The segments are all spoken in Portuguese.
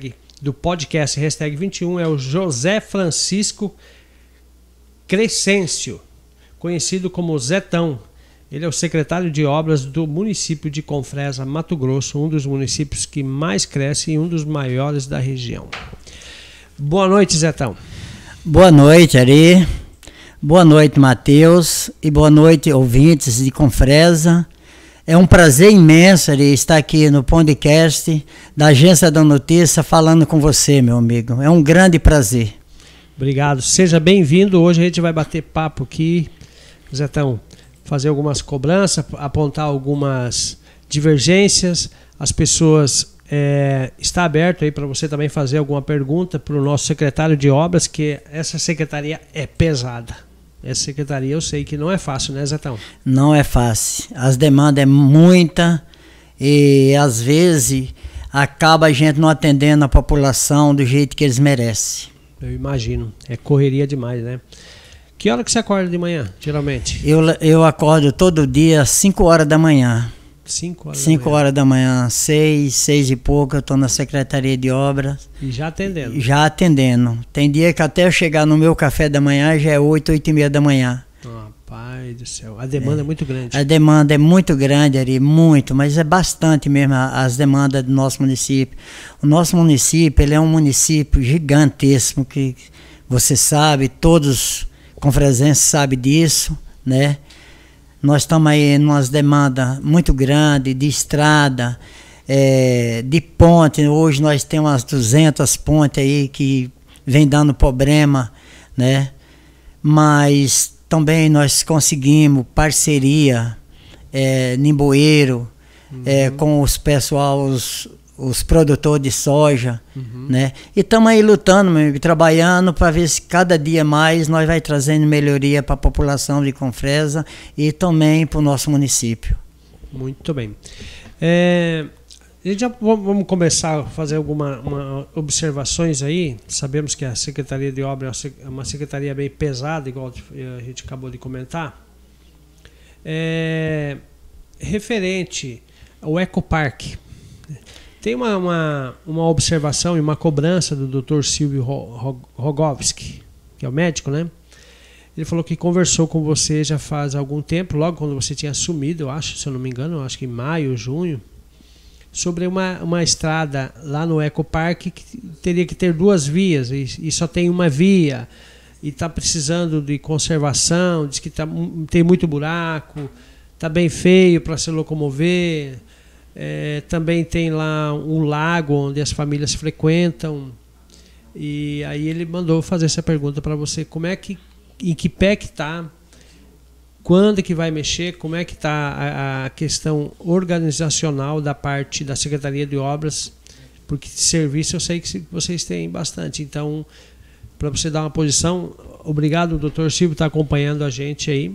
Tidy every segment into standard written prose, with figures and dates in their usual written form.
do podcast Hashtag 21 é o José Francisco Crescêncio, conhecido como Zetão. Ele é o secretário de obras do município de Confresa, Mato Grosso, um dos municípios que mais cresce e um dos maiores da região. Boa noite, Zetão. Boa noite, Ari. Boa noite, Matheus. E boa noite, ouvintes de Confresa. É um prazer imenso, Ari, estar aqui no podcast da Agência da Notícia falando com você, meu amigo. É um grande prazer. Obrigado. Seja bem-vindo. Hoje a gente vai bater papo aqui, Zetão, fazer algumas cobranças, apontar algumas divergências. As pessoas... está aberto aí para você também fazer alguma pergunta para o nosso secretário de obras, que essa secretaria é pesada. Essa secretaria eu sei que não é fácil, né, Zetão? Não é fácil. As demandas é muita e às vezes acaba a gente não atendendo a população do jeito que eles merecem. Eu imagino. É correria demais, né? Que hora que você acorda de manhã, geralmente? Eu acordo todo dia às 5 horas da manhã. 5 horas da manhã, 6 e pouco, eu estou na Secretaria de Obras. E já atendendo? Já atendendo. Tem dia que até eu chegar no meu café da manhã já é 8 e meia da manhã. Pai do céu, a demanda é muito grande. A demanda é muito grande, Ari, muito, mas é bastante mesmo as demandas do nosso município. O nosso município, ele é um município gigantesco, que você sabe, todos confresenses sabem disso, né? Nós estamos aí numas demandas muito grandes de estrada, de ponte. Hoje nós temos umas 200 pontes aí que vem dando problema, né? Mas também nós conseguimos parceria, Nimboeiro, com os pessoal, os produtores de soja, né? E estamos aí lutando, meu amigo, trabalhando para ver se cada dia mais nós vai trazendo melhoria para a população de Confresa e também para o nosso município. Muito bem. Já vamos começar a fazer algumas observações aí. Sabemos que a Secretaria de Obras é uma secretaria bem pesada, igual a gente acabou de comentar. Referente ao Ecoparque, tem uma observação e uma cobrança do Dr. Silvio Rogovski, que é o médico, né? Ele falou que conversou com você já faz algum tempo, logo quando você tinha assumido, eu acho, se eu não me engano, eu acho que em maio, junho, sobre uma estrada lá no Ecoparque que teria que ter 2 vias e só tem uma via e está precisando de conservação, diz que tem muito buraco, está bem feio para se locomover. Também tem lá um lago onde as famílias frequentam, e aí ele mandou fazer essa pergunta para você: em que pé que está, quando que vai mexer, como é que está a questão organizacional da parte da Secretaria de Obras, porque serviço eu sei que vocês têm bastante. Então, para você dar uma posição, obrigado, doutor Silvio, está acompanhando a gente aí.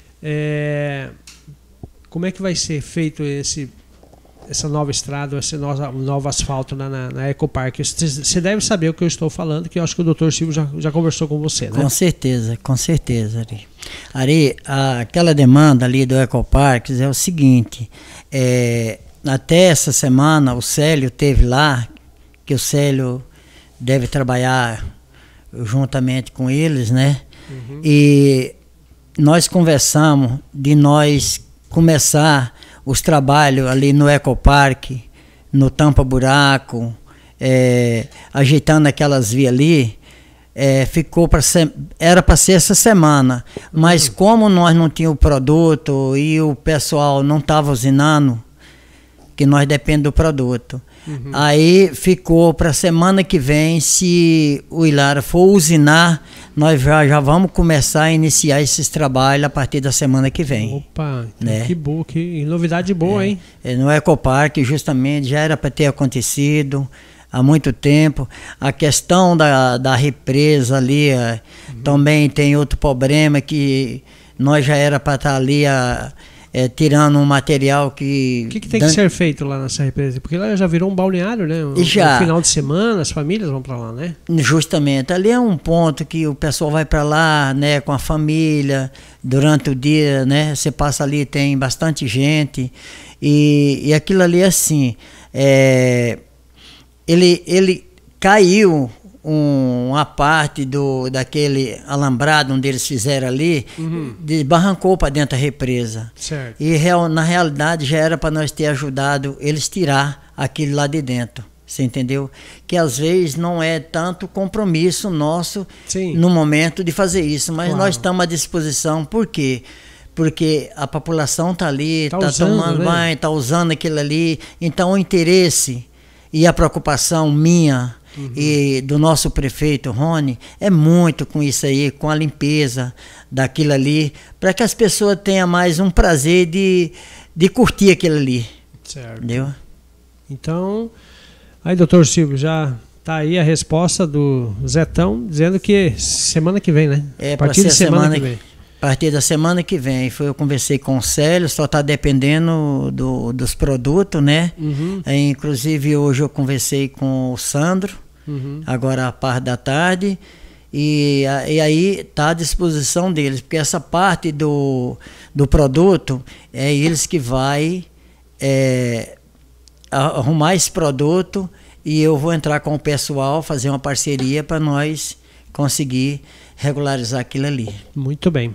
Como é que vai ser feito essa nova estrada, esse novo asfalto na Ecoparque? Você deve saber o que eu estou falando, que eu acho que o Dr. Silvio já conversou com você, né? Com certeza, Ari. Ari, aquela demanda ali do Ecoparque é o seguinte, até essa semana o Célio teve lá, que o Célio deve trabalhar juntamente com eles, né? E nós conversamos de nós começar os trabalhos ali no Ecoparque, no tampa-buraco, ajeitando aquelas vias ali, era para ser essa semana, mas como nós não tínhamos o produto e o pessoal não estava usinando, que nós dependemos do produto, aí ficou para a semana que vem. Se o Ilara for usinar, nós já vamos começar a iniciar esses trabalhos a partir da semana que vem. Opa, então, né? Que boa, que novidade boa, hein? No Ecoparque, justamente, já era para ter acontecido há muito tempo. A questão da represa ali, também tem outro problema, que nós já era para estar ali tirando um material que... O que tem que ser feito lá nessa represa? Porque lá já virou um balneário, né? Já. No final de semana, as famílias vão para lá, né? Justamente. Ali é um ponto que o pessoal vai para lá, né, com a família, durante o dia, né? Você passa ali, tem bastante gente. E aquilo ali, assim, ele caiu uma parte daquele alambrado onde eles fizeram ali, desbarrancou para dentro da represa. Certo. E na realidade já era para nós ter ajudado eles tirar aquilo lá de dentro. Você entendeu? Que às vezes não é tanto compromisso nosso no momento de fazer isso, mas nós estamos à disposição. Por quê? Porque a população está ali, está tomando banho, está usando aquilo ali. Então o interesse e a preocupação minha e do nosso prefeito Rony é muito com isso aí, com a limpeza daquilo ali, para que as pessoas tenham mais um prazer de curtir aquilo ali. Certo. Entendeu? Então, aí, doutor Silvio, já tá aí a resposta do Zetão, dizendo que semana que vem, né? A partir de semana que vem. A partir da semana que vem. Eu conversei com o Célio, só está dependendo dos produtos, né? Inclusive hoje eu conversei com o Sandro, agora a parte da tarde, e aí está à disposição deles, porque essa parte do produto é eles que vai arrumar esse produto, e eu vou entrar com o pessoal, fazer uma parceria para nós conseguir regularizar aquilo ali. Muito bem.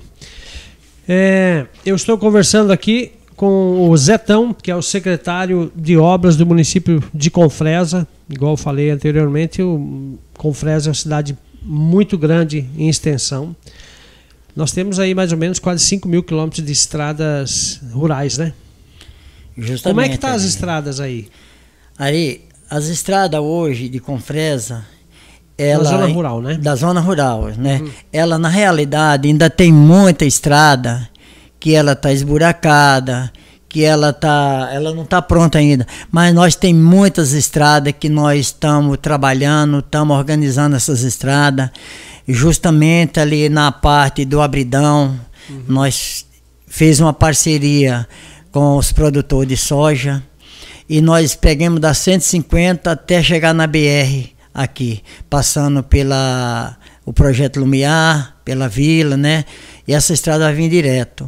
Eu estou conversando aqui com o Zetão, que é o secretário de obras do município de Confresa. Igual eu falei anteriormente, o Confresa é uma cidade muito grande em extensão. Nós temos aí mais ou menos quase 5 mil quilômetros de estradas rurais, né? Justamente. Como é que tá as estradas aí? Aí, as estradas hoje de Confresa, da zona rural, né? Da zona rural, né? Ela, na realidade, ainda tem muita estrada que ela está esburacada, que ela não está pronta ainda. Mas nós tem muitas estradas que nós estamos trabalhando, estamos organizando essas estradas. Justamente ali na parte do Abridão, nós fez uma parceria com os produtores de soja, e nós pegamos da 150 até chegar na BR aqui, passando o projeto Lumiar, pela vila, né? E essa estrada vai vir direto.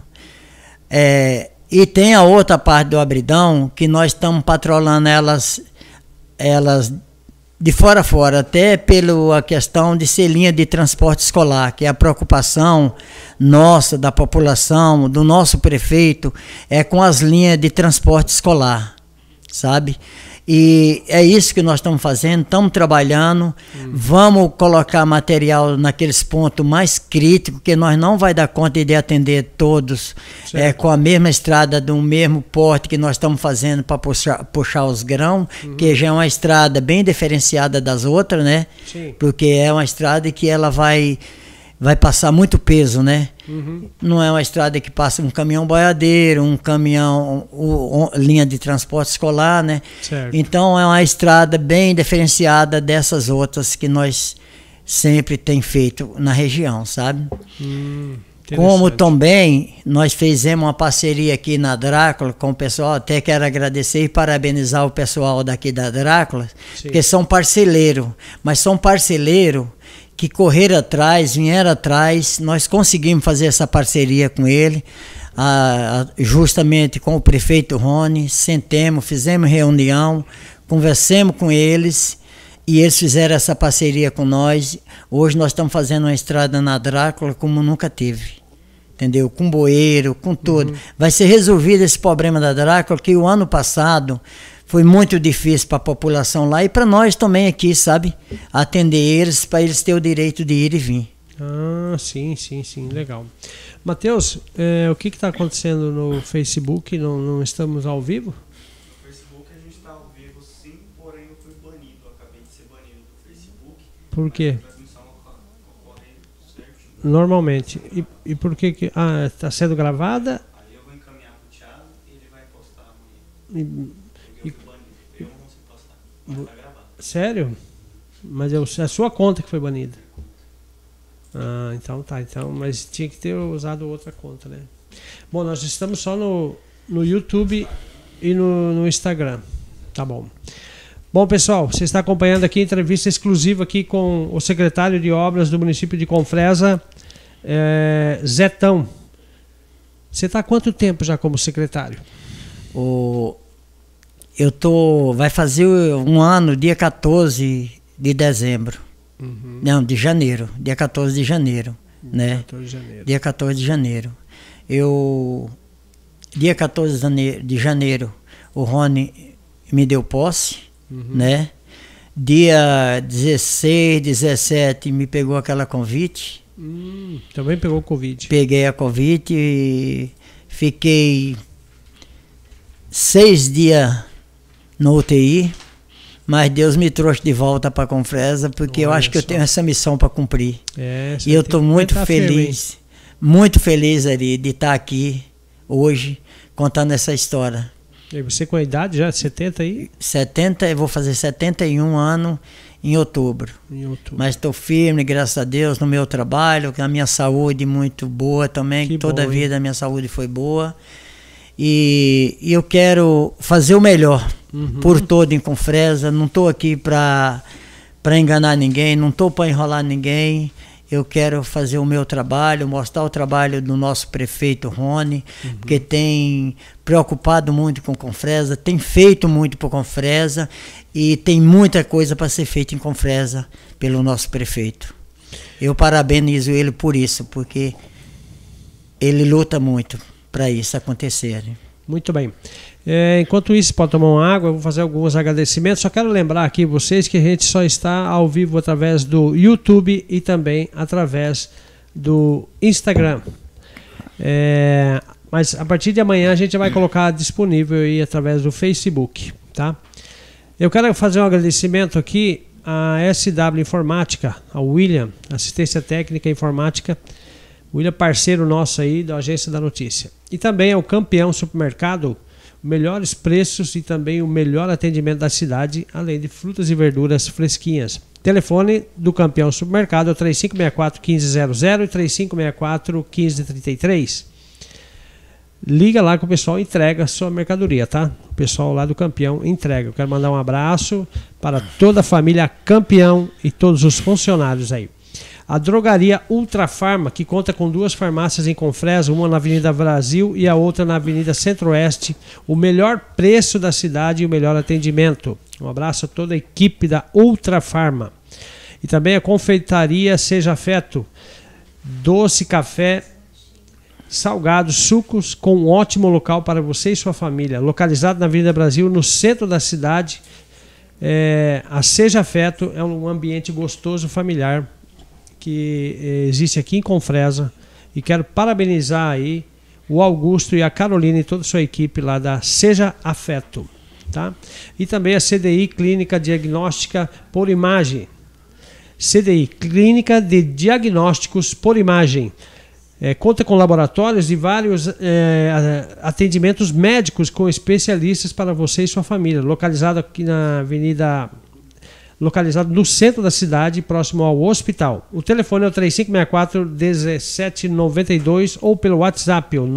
E tem a outra parte do Abridão, que nós estamos patrolando elas de fora a fora, até pela questão de ser linha de transporte escolar, que é a preocupação nossa, da população, do nosso prefeito, é com as linhas de transporte escolar, sabe? E é isso que nós estamos fazendo, estamos trabalhando, vamos colocar material naqueles pontos mais críticos, que nós não vai dar conta de atender todos com a mesma estrada, do mesmo porte que nós estamos fazendo para puxar os grãos, que já é uma estrada bem diferenciada das outras, né? Sim. Porque é uma estrada que ela vai passar muito peso, né? Não é uma estrada que passa um caminhão boiadeiro, um caminhão, linha de transporte escolar, né? Certo. Então é uma estrada bem diferenciada dessas outras que nós sempre tem feito na região, sabe? Como também nós fizemos uma parceria aqui na Drácula com o pessoal, até quero agradecer e parabenizar o pessoal daqui da Drácula, porque são parceleiros, mas são parceleiros que correram atrás, vieram atrás, nós conseguimos fazer essa parceria com ele, justamente com o prefeito Rony, sentemos, fizemos reunião, conversamos com eles, e eles fizeram essa parceria com nós. Hoje nós estamos fazendo uma estrada na Drácula como nunca teve, entendeu? Com bueiro, com tudo. Vai ser resolvido esse problema da Drácula, que o ano passado foi muito difícil para a população lá e para nós também aqui, sabe? Atender eles, para eles terem o direito de ir e vir. Ah, sim, legal. Matheus, o que está acontecendo no Facebook? Não estamos ao vivo? No Facebook a gente está ao vivo sim, porém eu fui banido. Eu acabei de ser banido do Facebook. Por quê? A transmissão ocorre certinho. Normalmente. E por que... Ah, está sendo gravada? Aí eu vou encaminhar para o Thiago e ele vai postar amanhã. Eu fui banido. Eu não consigo postar. Mas está gravado. Sério? Mas é a sua conta que foi banida. Ah, então tá. Então, mas tinha que ter usado outra conta, né? Bom, nós estamos só no YouTube e no Instagram. Tá bom. Bom, pessoal, você está acompanhando aqui a entrevista exclusiva aqui com o secretário de obras do município de Confresa, Zetão. Você está há quanto tempo já como secretário? Vai fazer um ano, dia 14 de dezembro. Não, de janeiro, dia 14 de janeiro, né? 14 de janeiro. Dia 14 de janeiro. Dia 14 de janeiro, o Rony me deu posse, né? Dia 16, 17 me pegou aquela convite. Também pegou o Covid. Peguei a convite e fiquei 6 dias no UTI, mas Deus me trouxe de volta para a Confresa, porque eu acho que eu tenho essa missão para cumprir. E eu estou muito feliz, ali de estar aqui hoje contando essa história. E você com a idade já, 70 aí? 70, eu vou fazer 71 anos em outubro. Mas estou firme, graças a Deus, no meu trabalho, a minha saúde muito boa também, toda a vida a minha saúde foi boa. E eu quero fazer o melhor por todo em Confresa. Não estou aqui para enganar ninguém, não estou para enrolar ninguém. Eu quero fazer o meu trabalho, mostrar o trabalho do nosso prefeito Rony, porque tem preocupado muito com Confresa, tem feito muito por Confresa e tem muita coisa para ser feita em Confresa pelo nosso prefeito. Eu parabenizo ele por isso, porque ele luta muito para isso acontecer. Muito bem. Enquanto isso, pode tomar uma água, eu vou fazer alguns agradecimentos. Só quero lembrar aqui vocês que a gente só está ao vivo através do YouTube e também através do Instagram. Mas a partir de amanhã a gente vai colocar disponível aí através do Facebook, tá? Eu quero fazer um agradecimento aqui à SW Informática, ao William, Assistência Técnica Informática. William, parceiro nosso aí da Agência da Notícia. E também ao Campeão Supermercado, melhores preços e também o melhor atendimento da cidade, além de frutas e verduras fresquinhas. Telefone do Campeão Supermercado é o 3564-1500 e 3564-1533. Liga lá que o pessoal entrega a sua mercadoria, tá? O pessoal lá do Campeão entrega. Eu quero mandar um abraço para toda a família Campeão e todos os funcionários aí. A drogaria Ultra Farma, que conta com 2 farmácias em Confresa, uma na Avenida Brasil e a outra na Avenida Centro-Oeste. O melhor preço da cidade e o melhor atendimento. Um abraço a toda a equipe da Ultra Farma. E também a confeitaria Seja Afeto. Doce, café, salgados, sucos, com um ótimo local para você e sua família. Localizado na Avenida Brasil, no centro da cidade. A Seja Afeto é um ambiente gostoso, familiar, que existe aqui em Confresa, e quero parabenizar aí o Augusto e a Carolina e toda a sua equipe lá da Seja Afeto, tá? E também a CDI Clínica Diagnóstica por Imagem. CDI Clínica de Diagnósticos por Imagem. Conta com laboratórios e vários atendimentos médicos com especialistas para você e sua família. Localizado aqui na Avenida... Localizado no centro da cidade, próximo ao hospital. O telefone é o 3564-1792 ou pelo WhatsApp, o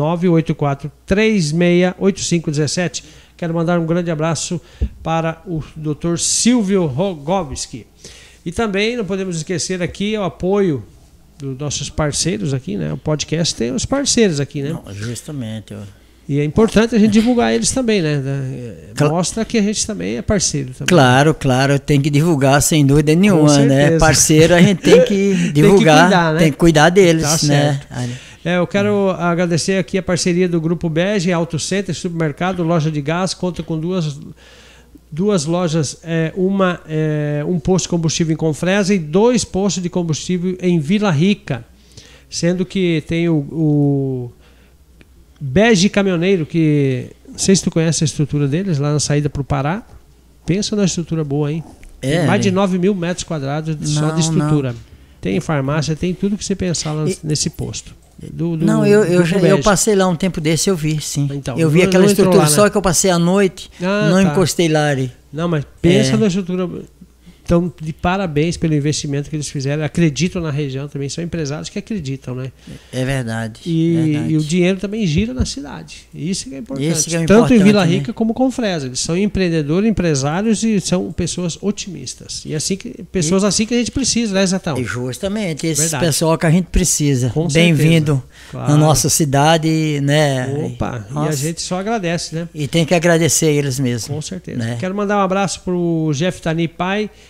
984-368517. Quero mandar um grande abraço para o Dr. Silvio Rogovski. E também não podemos esquecer aqui o apoio dos nossos parceiros aqui, né? O podcast tem os parceiros aqui, né? Não, justamente. E é importante a gente divulgar eles também, né? Mostra que a gente também é parceiro. Também. Claro, tem que divulgar sem dúvida nenhuma, né? Parceiro a gente tem que divulgar, tem que cuidar, né? Tem que cuidar deles, tá, né? Eu quero agradecer aqui a parceria do Grupo Bege, Auto Center, Supermercado, Loja de Gás, conta com duas lojas, um posto de combustível em Confresa e 2 postos de combustível em Vila Rica, sendo que tem o Bege Caminhoneiro, que não sei se tu conhece a estrutura deles, lá na saída para o Pará. Pensa na estrutura boa, hein? Tem mais de 9 mil metros quadrados só de estrutura. Não. Tem farmácia, tem tudo que você pensar lá nesse posto. Eu passei lá um tempo desse, eu vi, sim. Então, eu vi aquela estrutura, lá, né? Só que eu passei a noite, encostei lá ali. Não, mas pensa na estrutura. Então, de parabéns pelo investimento que eles fizeram. Acreditam na região também. São empresários que acreditam, né? É verdade. E o dinheiro também gira na cidade. Isso que é importante. Tanto em Vila Rica como Confresa. Eles são empreendedores, empresários e são pessoas otimistas. E pessoas assim que a gente precisa, né, Zetão? E justamente, esse pessoal que a gente precisa. Bem-vindo na nossa cidade, né? Opa, e a gente só agradece, né? E tem que agradecer eles mesmo. Com certeza. Né? Quero mandar um abraço pro Jeff Tani Pai,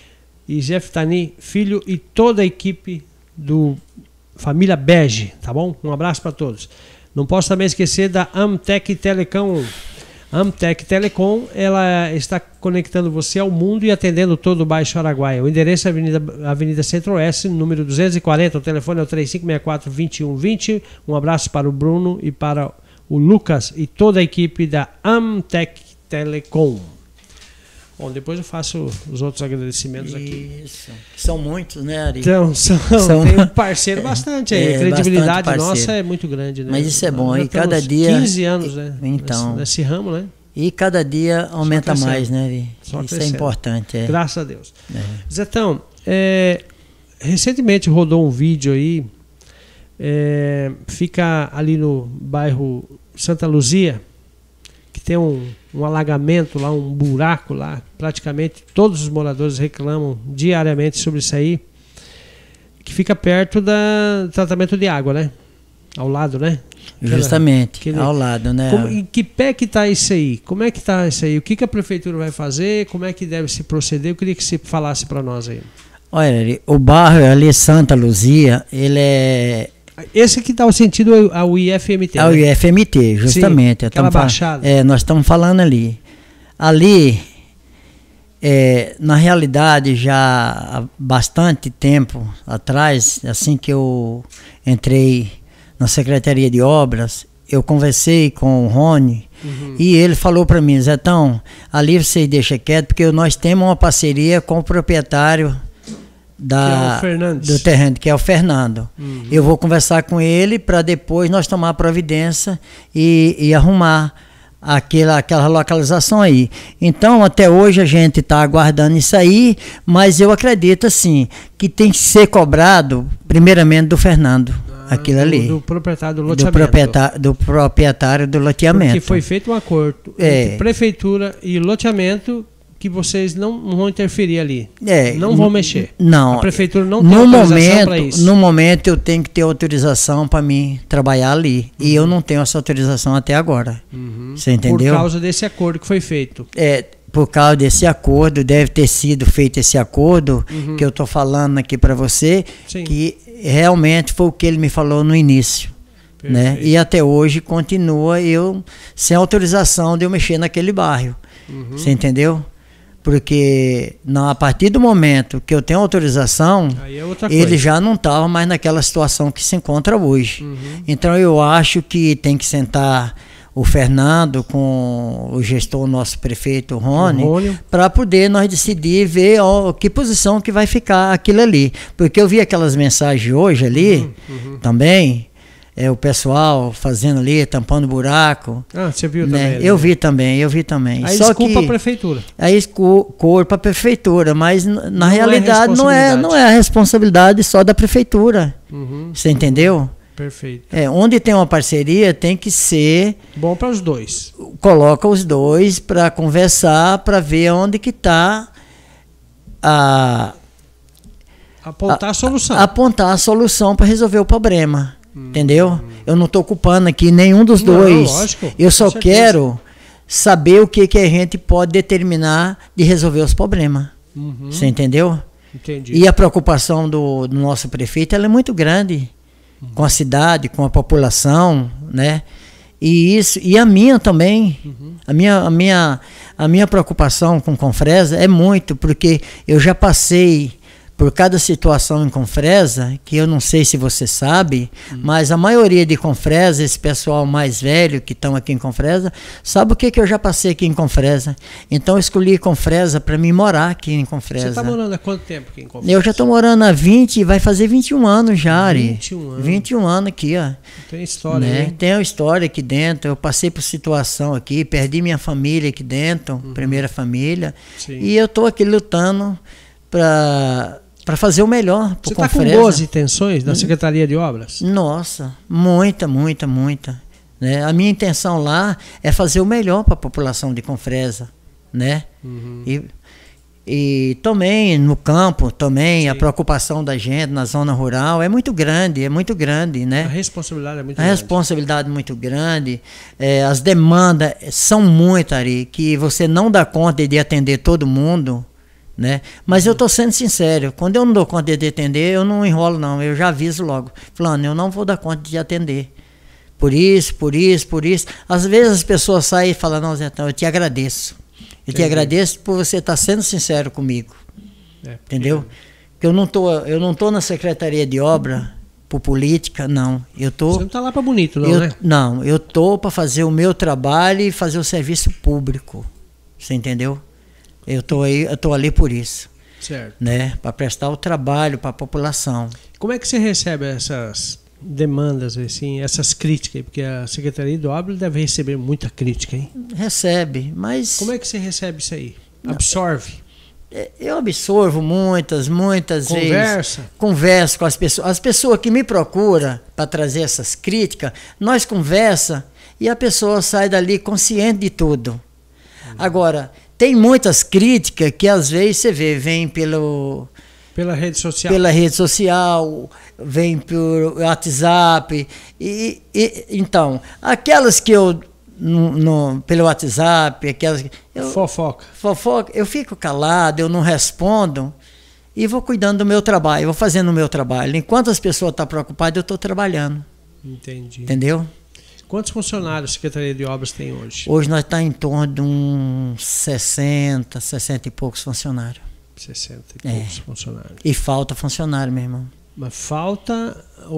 e Jeff Tani Filho e toda a equipe do Família Bege, tá bom? Um abraço para todos. Não posso também esquecer da Amtec Telecom. Amtec Telecom, ela está conectando você ao mundo e atendendo todo o Baixo Araguaia. O endereço é Avenida Centro-Oeste, número 240. O telefone é o 3564-2120. Um abraço para o Bruno e para o Lucas e toda a equipe da Amtec Telecom. Bom, depois eu faço os outros agradecimentos aqui. Isso. São muitos, né, Ari? Então, tem um parceiro bastante aí. A credibilidade nossa é muito grande, né? Mas isso é bom. E cada dia... 15 anos, né? Então, nesse ramo, né? E cada dia aumenta mais, né, Ari? Só isso crescendo. É importante. Graças a Deus. Zetão, recentemente rodou um vídeo aí, fica ali no bairro Santa Luzia, que tem um alagamento lá, um buraco lá, praticamente todos os moradores reclamam diariamente sobre isso aí, que fica perto do tratamento de água, né? Ao lado, né? Justamente, ao lado, né? Em que pé que está isso aí? Como é que está isso aí? O que a prefeitura vai fazer? Como é que deve se proceder? Eu queria que você falasse para nós aí. Olha, o bairro ali, Santa Luzia, ele é... Esse que dá o sentido ao IFMT. Ao né? IFMT, justamente. Sim, aquela baixada. Nós estamos falando ali. Ali, na realidade, já há bastante tempo atrás, assim que eu entrei na Secretaria de Obras, eu conversei com o Rony e ele falou para mim, Zetão, ali você deixa quieto, porque nós temos uma parceria com o proprietário do terreno, que é o Fernando. Eu vou conversar com ele para depois nós tomar providência e arrumar aquela localização aí. Então, até hoje a gente está aguardando isso aí, mas eu acredito assim, que tem que ser cobrado primeiramente do Fernando. Aquilo ali. Do proprietário do loteamento. Do proprietário do loteamento. Porque foi feito um acordo entre prefeitura e loteamento que vocês não vão interferir ali. Não vão mexer. Não. A prefeitura não tem autorização para isso. No momento eu tenho que ter autorização para mim trabalhar ali. E eu não tenho essa autorização até agora. Você entendeu? Por causa desse acordo que foi feito. Por causa desse acordo, deve ter sido feito esse acordo que eu estou falando aqui para você, Sim. que realmente foi o que ele me falou no início. Né? E até hoje continua eu sem autorização de eu mexer naquele bairro. Você entendeu? Porque a partir do momento que eu tenho autorização, aí é outra ele coisa. já não estava mais naquela situação que se encontra hoje. Então eu acho que tem que sentar o Fernando com o gestor, nosso prefeito Rony, para poder nós decidir ver que posição que vai ficar aquilo ali. Porque eu vi aquelas mensagens hoje ali também, o pessoal fazendo ali, tampando buraco. Você viu né? também? Eu vi também. Aí Só desculpa que, a prefeitura. Aí culpa a prefeitura, mas na realidade não é a responsabilidade só da prefeitura. Você entendeu? Perfeito. Onde tem uma parceria tem que ser... bom para os dois. Coloca os dois para conversar, para ver onde que está apontar a solução. Apontar a solução para resolver o problema. Entendeu? Eu não estou culpando aqui nenhum dos dois. Lógico, eu só quero saber o que a gente pode determinar de resolver os problemas. Você entendeu? Entendi. E a preocupação do nosso prefeito ela é muito grande. Com a cidade, com a população, né? E a minha também. A minha preocupação com Confresa é muito, porque eu já passei por cada situação em Confresa, que eu não sei se você sabe, mas a maioria de Confresa, esse pessoal mais velho que estão aqui em Confresa, sabe o que eu já passei aqui em Confresa. Então eu escolhi Confresa para mim morar aqui em Confresa. Você está morando há quanto tempo aqui em Confresa? Eu já estou morando há 20, vai fazer 21 anos já, Ari. 21 anos. 21 anos aqui, ó. Tem história, né? Hein? Tem uma história aqui dentro, eu passei por situação aqui, perdi minha família aqui dentro, primeira família, Sim. e eu estou aqui lutando para fazer o melhor pro Você está com Confresa. boas intenções da Secretaria de Obras? Nossa, muita. Né? A minha intenção lá é fazer o melhor para a população de Confresa, né? E também no campo, também a preocupação da gente na zona rural é muito grande, né? A responsabilidade é muito A grande. responsabilidade é muito grande, as demandas são muitas, Ari, que você não dá conta de atender todo mundo, né? Mas eu estou sendo sincero, quando eu não dou conta de atender, eu não enrolo não, eu já aviso logo, falando, eu não vou dar conta de atender. Por isso. Às vezes as pessoas saem e falam, não, Zé, eu te agradeço. Eu te agradeço por você estar sendo sincero comigo. Entendeu? Porque eu não tô na Secretaria de Obra por política, não. Você não está lá para bonito, não, né? Não, eu tô para fazer o meu trabalho e fazer o serviço público. Você entendeu? Eu tô ali por isso. Certo. Né? Para prestar o trabalho para a população. Como é que você recebe essas demandas, assim, essas críticas? Porque a Secretaria de Obras deve receber muita crítica, hein? Recebe, mas... Como é que você recebe isso aí? Absorve? Eu absorvo muitas vezes. Converso com as pessoas. As pessoas que me procuram para trazer essas críticas, nós conversa e a pessoa sai dali consciente de tudo. Agora, tem muitas críticas que às vezes você vê, vem pela rede social. Pela rede social, vem por WhatsApp. Então, aquelas que eu pelo WhatsApp, aquelas fofoca, eu fico calado, eu não respondo e vou cuidando do meu trabalho, vou fazendo o meu trabalho. Enquanto as pessoas estão preocupadas, eu estou trabalhando. Entendi. Entendeu? Quantos funcionários a Secretaria de Obras tem hoje? Hoje nós estamos em torno de uns 60 e poucos funcionários. 60 e poucos funcionários. E falta funcionário, meu irmão. Mas falta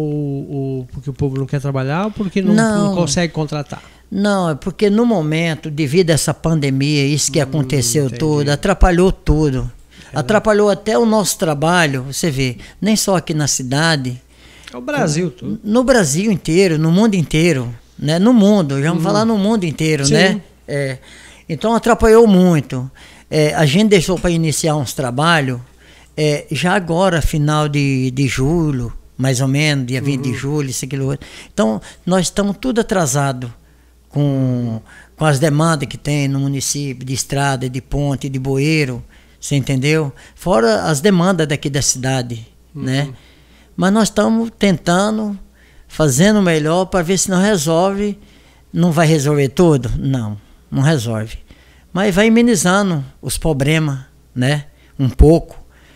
ou porque o povo não quer trabalhar ou porque não consegue contratar? Não, é porque no momento, devido a essa pandemia, isso que aconteceu tudo, atrapalhou tudo. Atrapalhou até o nosso trabalho, você vê, nem só aqui na cidade. É o Brasil todo. No Brasil inteiro, no mundo inteiro, né? No mundo, já vamos falar no mundo inteiro, sim, né? Então atrapalhou muito. A gente deixou para iniciar uns trabalhos, já agora, final de julho, mais ou menos, dia 20 de julho, isso, aquilo outro. Então, nós estamos tudo atrasado com as demandas que tem no município, de estrada, de ponte, de bueiro, você entendeu? Fora as demandas daqui da cidade, né? Mas nós estamos tentando, fazendo o melhor para ver se não resolve. Não vai resolver tudo? Não resolve. Mas vai amenizando os problemas, né? Um pouco.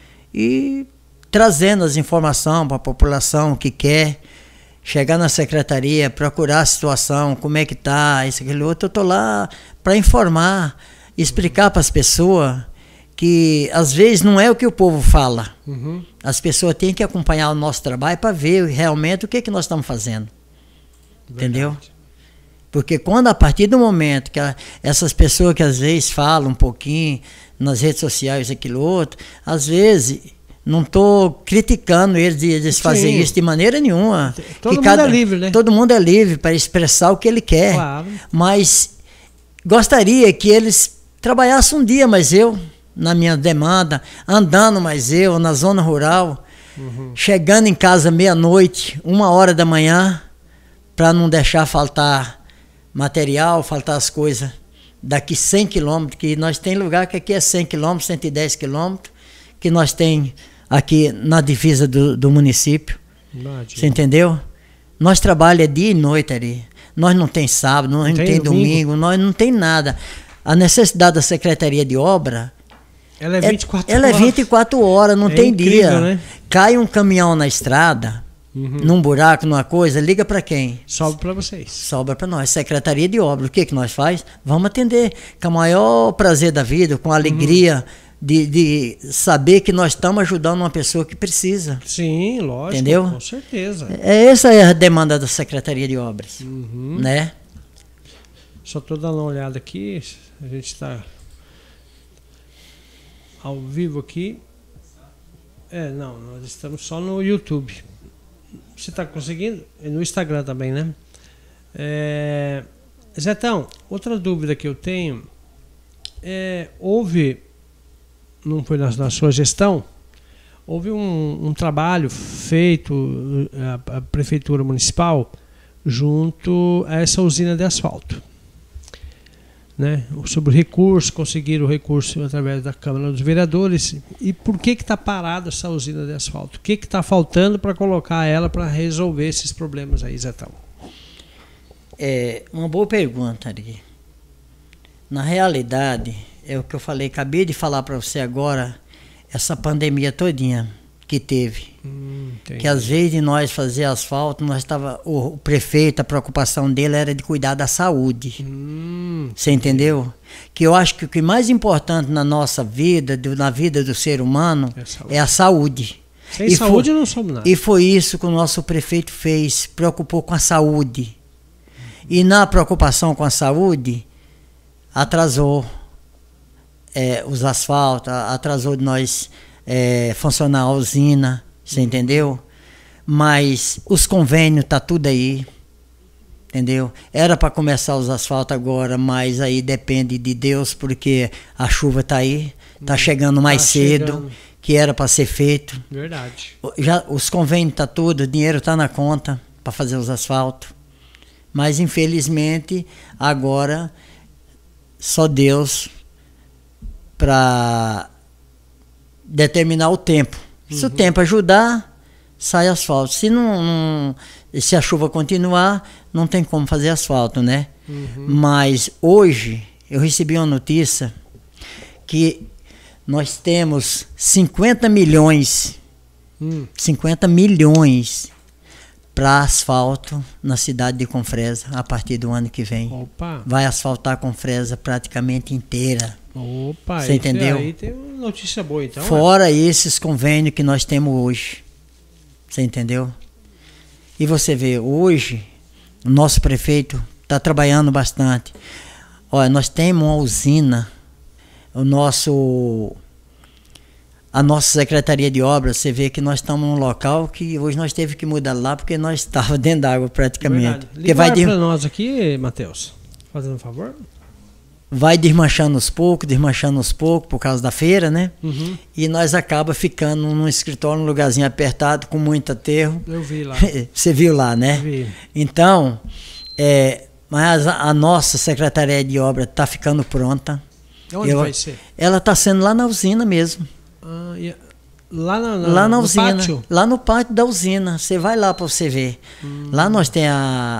E trazendo as informações para a população que quer chegar na secretaria, procurar a situação, como é que tá, isso, aquilo outro. Eu estou lá para informar, explicar para as pessoas que às vezes não é o que o povo fala. As pessoas têm que acompanhar o nosso trabalho para ver realmente o que nós estamos fazendo. Verdade. Entendeu? Porque quando, a partir do momento que essas pessoas que às vezes falam um pouquinho nas redes sociais, aquilo outro, às vezes... Não estou criticando eles fazerem isso de maneira nenhuma. Todo mundo é livre, né? Todo mundo é livre para expressar o que ele quer. Claro. Mas gostaria que eles trabalhassem um dia mais eu, na minha demanda, andando mais eu, na zona rural, chegando em casa meia-noite, 1h da manhã, para não deixar faltar material, faltar as coisas. Daqui 100 quilômetros, que nós tem lugar que aqui é 100 quilômetros, 110 quilômetros, que nós tem aqui na divisa do município. Imagina. Você entendeu? Nós trabalhamos dia e noite ali. Nós não tem sábado, nós não tem domingo, nós não tem nada. A necessidade da Secretaria de Obra... Ela é 24 horas. Ela é 24 horas, não tem incrível, dia. Né? Cai um caminhão na estrada, num buraco, numa coisa, liga para quem? Sobra para vocês. Sobra para nós. Secretaria de Obra. O que nós faz? Vamos atender com o maior prazer da vida, com a alegria... De saber que nós estamos ajudando uma pessoa que precisa. Sim, lógico. Entendeu? Com certeza. Essa é a demanda da Secretaria de Obras. Né? Só estou dando uma olhada aqui. A gente está ao vivo aqui. Não, nós estamos só no YouTube. Você está conseguindo? No Instagram também, né? Zetão, outra dúvida que eu tenho houve... Não foi na sua gestão, houve um trabalho feito a Prefeitura Municipal junto a essa usina de asfalto, né? Sobre o recurso, conseguiram o recurso através da Câmara dos Vereadores. E por que está parada essa usina de asfalto? O que está faltando para colocar ela para resolver esses problemas aí, Zetão? Uma boa pergunta, Ari. Na realidade... É o que eu falei, acabei de falar para você agora, essa pandemia todinha que teve. Entendi. Que às vezes de nós fazer asfalto, o prefeito, a preocupação dele era de cuidar da saúde. Você entendeu? Que eu acho que o que mais importante na nossa vida, na vida do ser humano, é a saúde. Sem saúde não somos nada. E foi isso que o nosso prefeito fez, preocupou com a saúde. E na preocupação com a saúde, atrasou os asfaltos, atrasou de nós funcionar a usina, você entendeu? Mas os convênios tá tudo aí, entendeu? Era para começar os asfaltos agora, mas aí depende de Deus, porque a chuva tá aí, tá chegando mais cedo, que era para ser feito. Verdade. Já os convênios tá tudo, o dinheiro tá na conta para fazer os asfaltos. Mas infelizmente agora só Deus para determinar o tempo. Se o tempo ajudar, sai asfalto. Se a chuva continuar, não tem como fazer asfalto, né? Mas hoje eu recebi uma notícia que nós temos 50 milhões para asfalto na cidade de Confresa a partir do ano que vem. Opa. Vai asfaltar Confresa praticamente inteira. Opa, você entendeu? Aí tem uma notícia boa, então. Fora esses convênios que nós temos hoje. Você entendeu? E você vê, hoje, o nosso prefeito está trabalhando bastante. Olha, nós temos uma usina, a nossa Secretaria de Obras, você vê que nós estamos num local que hoje nós teve que mudar lá porque nós estávamos dentro d'água praticamente. Liga para nós aqui, Matheus, fazendo um favor. Vai desmanchando aos poucos por causa da feira, né? E nós acaba ficando num escritório, num lugarzinho apertado, com muito aterro. Eu vi lá. Você viu lá, né? Eu vi. Então, mas a nossa Secretaria de Obras está ficando pronta. Onde vai ser? Ela está sendo lá na usina mesmo. Lá na usina, pátio? Lá no pátio da usina. Você vai lá para você ver. Lá nós temos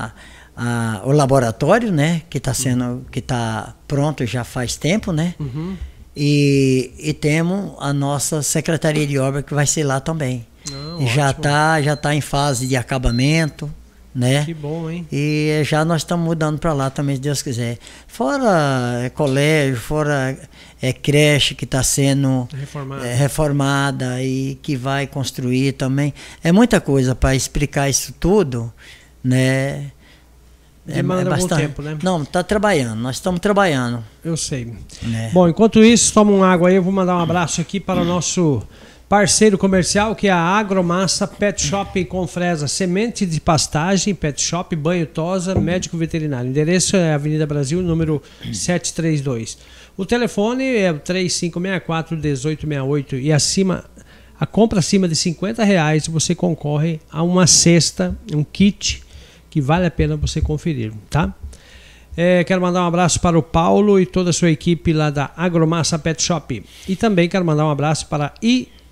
o laboratório, né, que está pronto já faz tempo, né? E temos a nossa Secretaria de Obras que vai ser lá também. Já tá em fase de acabamento, né? Que bom, hein? E já nós estamos mudando para lá também, se Deus quiser. Fora colégio, fora creche que está sendo reformada e que vai construir também. É muita coisa para explicar isso tudo, né? Demanda algum tempo, né? Não, tá trabalhando, nós estamos trabalhando. Eu sei. Bom, enquanto isso, toma uma água aí, eu vou mandar um abraço aqui para o nosso parceiro comercial, que é a Agromassa Pet Shop Confresa, semente de pastagem, pet shop, banho tosa, médico veterinário. O endereço é Avenida Brasil, número 732. O telefone é o 3564-1868 e a compra acima de R$50 você concorre a uma cesta, um kit, que vale a pena você conferir, tá? Quero mandar um abraço para o Paulo e toda a sua equipe lá da Agromassa Pet Shop. E também quero mandar um abraço para a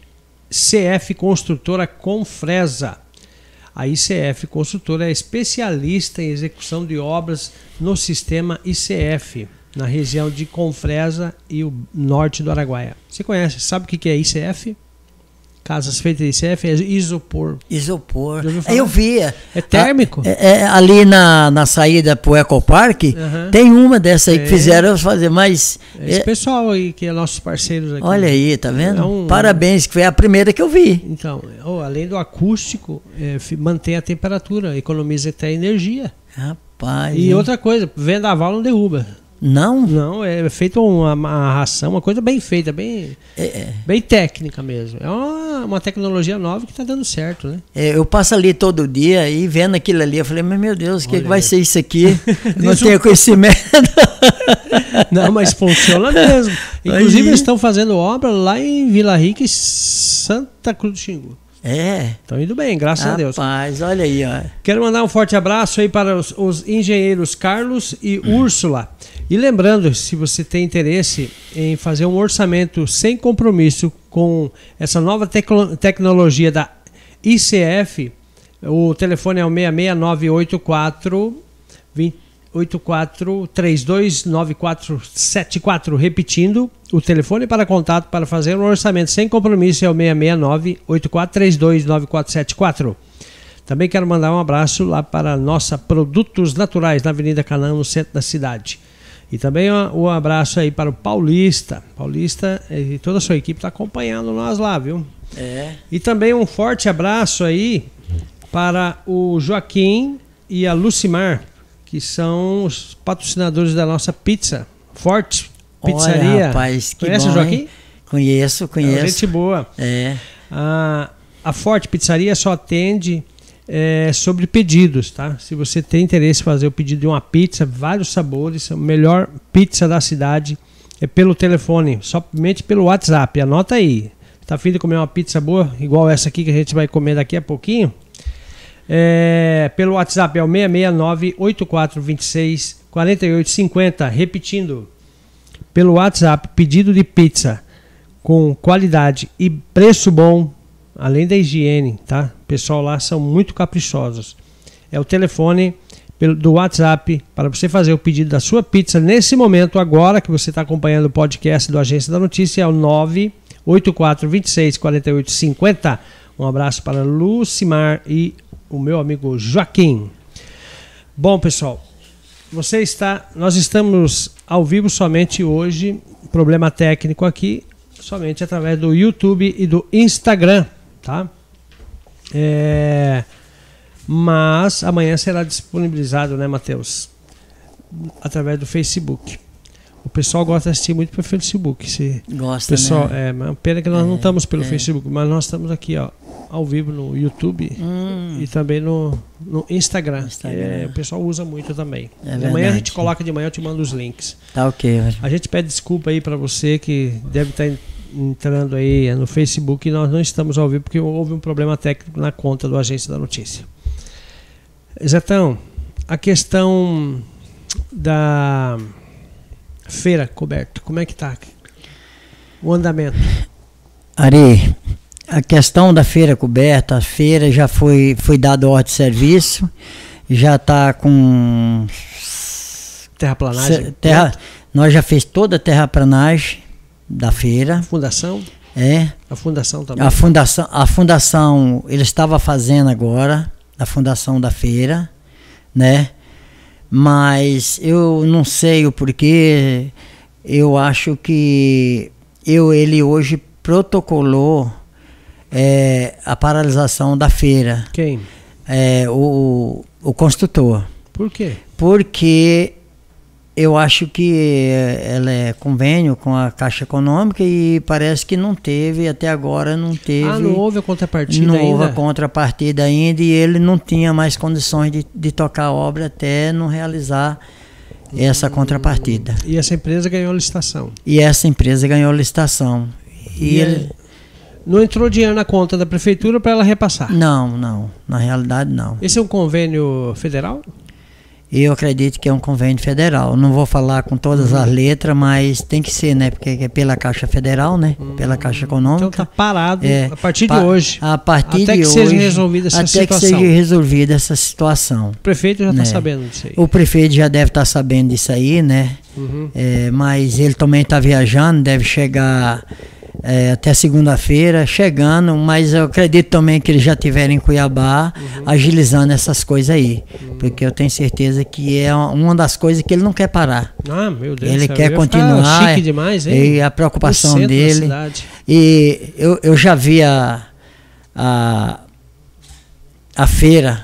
ICF Construtora Confresa. A ICF Construtora é especialista em execução de obras no sistema ICF, na região de Confresa e o norte do Araguaia. Você conhece, sabe o que é ICF? Casas feitas de ICF é isopor. Isopor. Eu via. É térmico? Ali na saída pro Ecopark, tem uma dessa aí que fizeram fazer, mas... Esse pessoal aí, que é nossos parceiros aqui. Olha aí, tá vendo? Parabéns, que foi a primeira que eu vi. Então, além do acústico, mantém a temperatura, economiza até energia. Rapaz. E outra coisa, vendaval não derruba. Não? Não, é feita uma ração, uma coisa bem feita, bem técnica mesmo. É uma tecnologia nova que está dando certo, né? Eu passo ali todo dia e vendo aquilo ali, eu falei, mas meu Deus, o que vai ser isso aqui? Não tenho conhecimento. Não, mas funciona mesmo. Inclusive, eles estão fazendo obra lá em Vila Rica e Santa Cruz do Xingu. Estão indo bem, graças a Deus. Rapaz, olha aí, ó. Quero mandar um forte abraço aí para os engenheiros Carlos e Úrsula. E lembrando, se você tem interesse em fazer um orçamento sem compromisso com essa nova tecnologia da ICF, o telefone é o 66984 84329474. Repetindo, o telefone para contato para fazer um orçamento sem compromisso é o 669-8432-9474. Também quero mandar um abraço lá para a nossa Produtos Naturais, na Avenida Canaã, no centro da cidade. E também um abraço aí para o Paulista. Paulista e toda a sua equipe está acompanhando nós lá, viu? E também um forte abraço aí para o Joaquim e a Lucimar, que são os patrocinadores da nossa pizza. Forte Pizzaria. Olha, rapaz, que conhece bom, o Joaquim? Hein? Conheço. É gente boa. A Forte Pizzaria só atende sobre pedidos, tá? Se você tem interesse em fazer o pedido de uma pizza, vários sabores, a melhor pizza da cidade é pelo telefone, somente pelo WhatsApp. Anota aí. Tá afim de comer uma pizza boa, igual essa aqui que a gente vai comer daqui a pouquinho? Pelo WhatsApp é o 669-8426-4850. Repetindo, pelo WhatsApp, pedido de pizza com qualidade e preço bom, além da higiene, tá? O pessoal lá são muito caprichosos. É o telefone do WhatsApp para você fazer o pedido da sua pizza nesse momento, agora que você está acompanhando o podcast do Agência da Notícia, é o 984264850. Um abraço para Lucimar e o meu amigo Joaquim. Bom, pessoal, nós estamos ao vivo somente hoje, problema técnico aqui, somente através do YouTube e do Instagram, tá? Mas amanhã será disponibilizado, né, Matheus? Através do Facebook. O pessoal gosta de assistir muito pelo Facebook. Gosta, pessoal, né? Pena que nós não estamos pelo Facebook, mas nós estamos aqui, ó, ao vivo no YouTube e também no Instagram. O pessoal usa muito também. Amanhã a gente coloca de manhã, eu te mando os links. Tá ok. A gente pede desculpa aí para você que deve estar entrando aí no Facebook e nós não estamos ao vivo porque houve um problema técnico na conta do Agência da Notícia. Zetão, a questão da feira coberta, como é que tá o andamento? Ari, a questão da feira coberta, a feira já foi dado ordem de serviço, já está com terraplanagem. Nós já fez toda a terraplanagem da feira. A fundação? A fundação também. A fundação ele estava fazendo agora, a fundação da feira, né? Mas eu não sei o porquê. Eu acho que ele hoje protocolou a paralisação da feira. Quem? O construtor. Por quê? Porque eu acho que ela é convênio com a Caixa Econômica e parece que não teve, até agora não teve. Não houve a contrapartida ainda? Não houve a contrapartida ainda e ele não tinha mais condições de tocar a obra até não realizar essa contrapartida. E essa empresa ganhou a licitação? E ele não entrou dinheiro na conta da prefeitura para ela repassar? Não, na realidade não. Esse é um convênio federal? Eu acredito que é um convênio federal. Não vou falar com todas as letras, mas tem que ser, né? Porque é pela Caixa Federal, né? Pela Caixa Econômica. Então tá parado a partir de hoje. A partir até de que hoje, seja resolvida essa situação. Até que seja resolvida essa situação. O prefeito já está sabendo disso aí. O prefeito já deve estar sabendo disso aí, né? Mas ele também está viajando, deve chegar até segunda-feira, chegando, mas eu acredito também que eles já estiveram em Cuiabá agilizando essas coisas aí, porque eu tenho certeza que é uma das coisas que ele não quer parar. Meu Deus, ele quer continuar. Chique demais, hein? E a preocupação dele. E eu já vi a feira,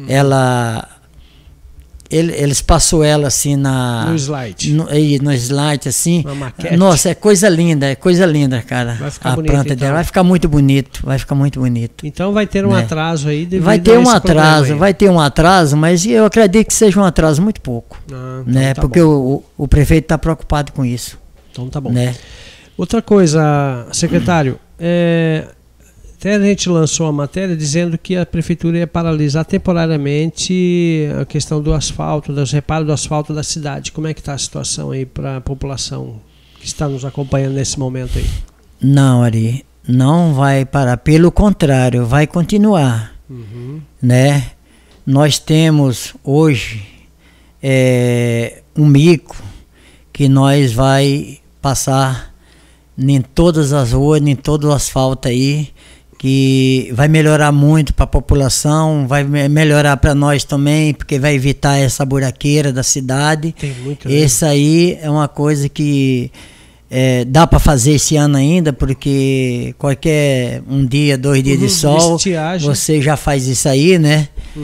eles passou ela assim no slide. No slide, assim. Uma maquete. Nossa, é coisa linda, cara. Vai ficar a bonito, planta dela vai ficar muito bonito, Então vai ter um atraso aí devido vai ter um a atraso, mas eu acredito que seja um atraso muito pouco. Então né? Tá porque o prefeito está preocupado com isso. Então tá bom. Né? Outra coisa, secretário, até a gente lançou a matéria dizendo que a prefeitura ia paralisar temporariamente a questão do asfalto, dos reparos do asfalto da cidade. Como é que está a situação aí para a população que está nos acompanhando nesse momento aí? Não, Ari, não vai parar. Pelo contrário, vai continuar. Né? Nós temos hoje um mico que nós vai passar em todas as ruas, em todo o asfalto aí, que vai melhorar muito para a população, vai melhorar para nós também, porque vai evitar essa buraqueira da cidade. Tem muito, Esse aí é uma coisa que dá para fazer esse ano ainda, porque qualquer um dia, 2 dias de sol, você já faz isso aí, né?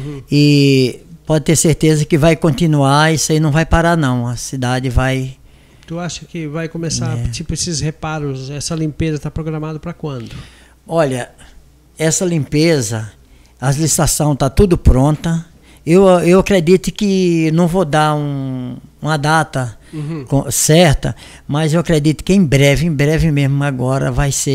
E pode ter certeza que vai continuar, isso aí não vai parar não, a cidade vai... Tu acha que vai começar, tipo, esses reparos, essa limpeza está programada para quando? Olha, essa limpeza, as licitações tá tudo pronta. Eu acredito que não vou dar uma data certa, mas eu acredito que em breve mesmo agora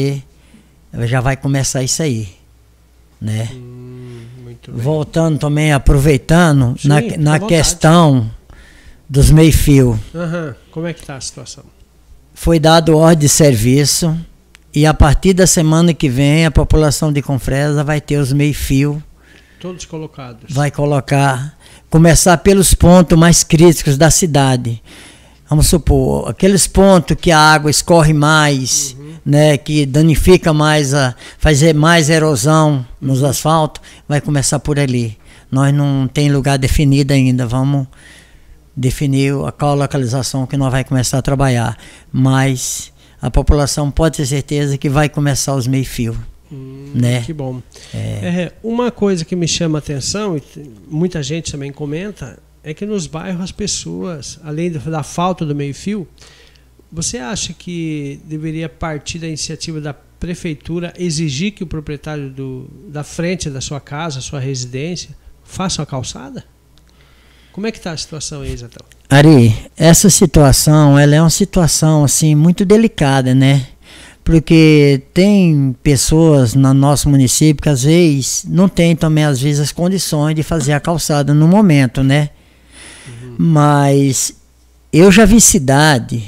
já vai começar isso aí, né? Muito bem. Voltando também, aproveitando, Sim, na questão dos meio-fio. Como é que está a situação? Foi dado ordem de serviço. E a partir da semana que vem, a população de Confresa vai ter os meio-fio. Todos colocados. Vai começar pelos pontos mais críticos da cidade. Vamos supor, aqueles pontos que a água escorre mais, né, que danifica mais, fazer mais erosão nos asfaltos, vai começar por ali. Nós não tem lugar definido ainda, vamos definir qual localização que nós vai começar a trabalhar. Mas... a população pode ter certeza que vai começar os meio-fio, né? Que bom. Uma coisa que me chama a atenção, e muita gente também comenta, é que nos bairros as pessoas, além da falta do meio-fio, você acha que deveria partir da iniciativa da prefeitura exigir que o proprietário da frente da sua casa, sua residência, faça uma calçada? Como é que está a situação aí, Zetão? Ari, essa situação, ela é uma situação assim muito delicada, né? Porque tem pessoas no nosso município que às vezes não tem também às vezes as condições de fazer a calçada no momento, né? Mas eu já vi cidade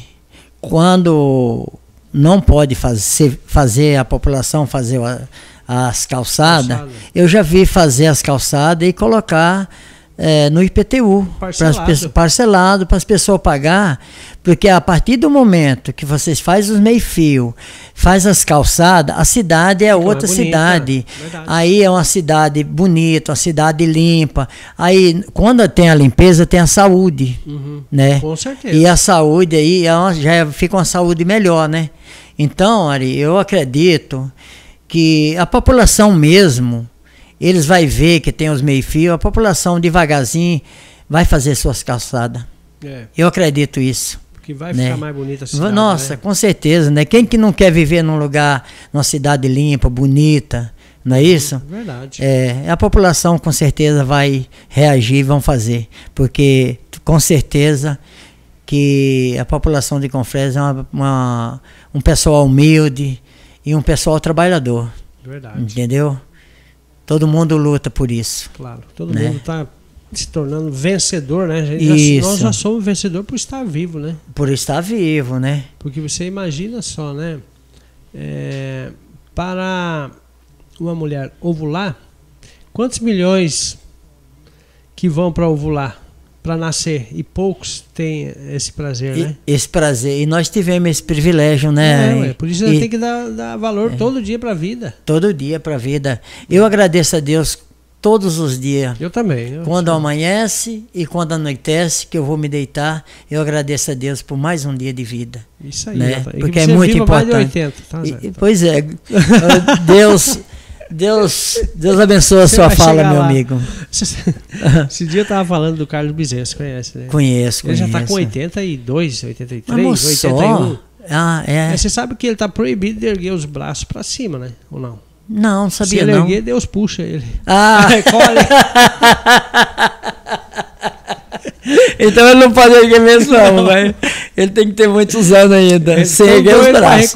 quando não pode fazer a população fazer as calçadas, eu já vi fazer as calçadas e colocar no IPTU, parcelado para as pessoas pagar, porque a partir do momento que vocês fazem os meio-fio, faz as calçadas, a cidade é outra cidade. Aí é uma cidade bonita, uma cidade limpa. Aí quando tem a limpeza, tem a saúde, né? Com certeza. E a saúde aí já fica uma saúde melhor, né? Então, Ari, eu acredito que a população mesmo, eles vão ver que tem os meio-fio, a população devagarzinho vai fazer suas calçadas. Eu acredito isso. Porque vai ficar mais bonita a cidade. Nossa, com certeza, né? Quem que não quer viver num lugar, numa cidade limpa, bonita, não é isso? Verdade. A população com certeza vai reagir e vão fazer. Porque com certeza que a população de Confresa é um pessoal humilde e um pessoal trabalhador. Verdade. Entendeu? Todo mundo luta por isso. Claro, todo mundo está se tornando vencedor, né? Nós já somos vencedor por estar vivo, né? Por estar vivo, né? Porque você imagina só, né? Para uma mulher ovular, quantos milhões que vão para ovular, para nascer? E poucos têm esse prazer, né? Esse prazer. E nós tivemos esse privilégio, né? Por isso tem que dar valor todo dia para a vida. Todo dia para a vida. Eu agradeço a Deus todos os dias. Eu também. Quando amanhece e quando anoitece, que eu vou me deitar, eu agradeço a Deus por mais um dia de vida. Isso aí. Né? Porque é muito importante. Mais de 80, pois é. Deus abençoe a sua fala, meu amigo. Esse dia eu estava falando do Carlos Bezerra, você conhece, né? Conheço. Ele já está com 82, 83, Vamos 81. Mas você sabe que ele está proibido de erguer os braços para cima, né? Ou não? Não sabia. Se ele erguer, Deus puxa ele. Então ele não pode erguer mesmo, não, mas ele tem que ter muitos anos ainda. Sem erguer os braços.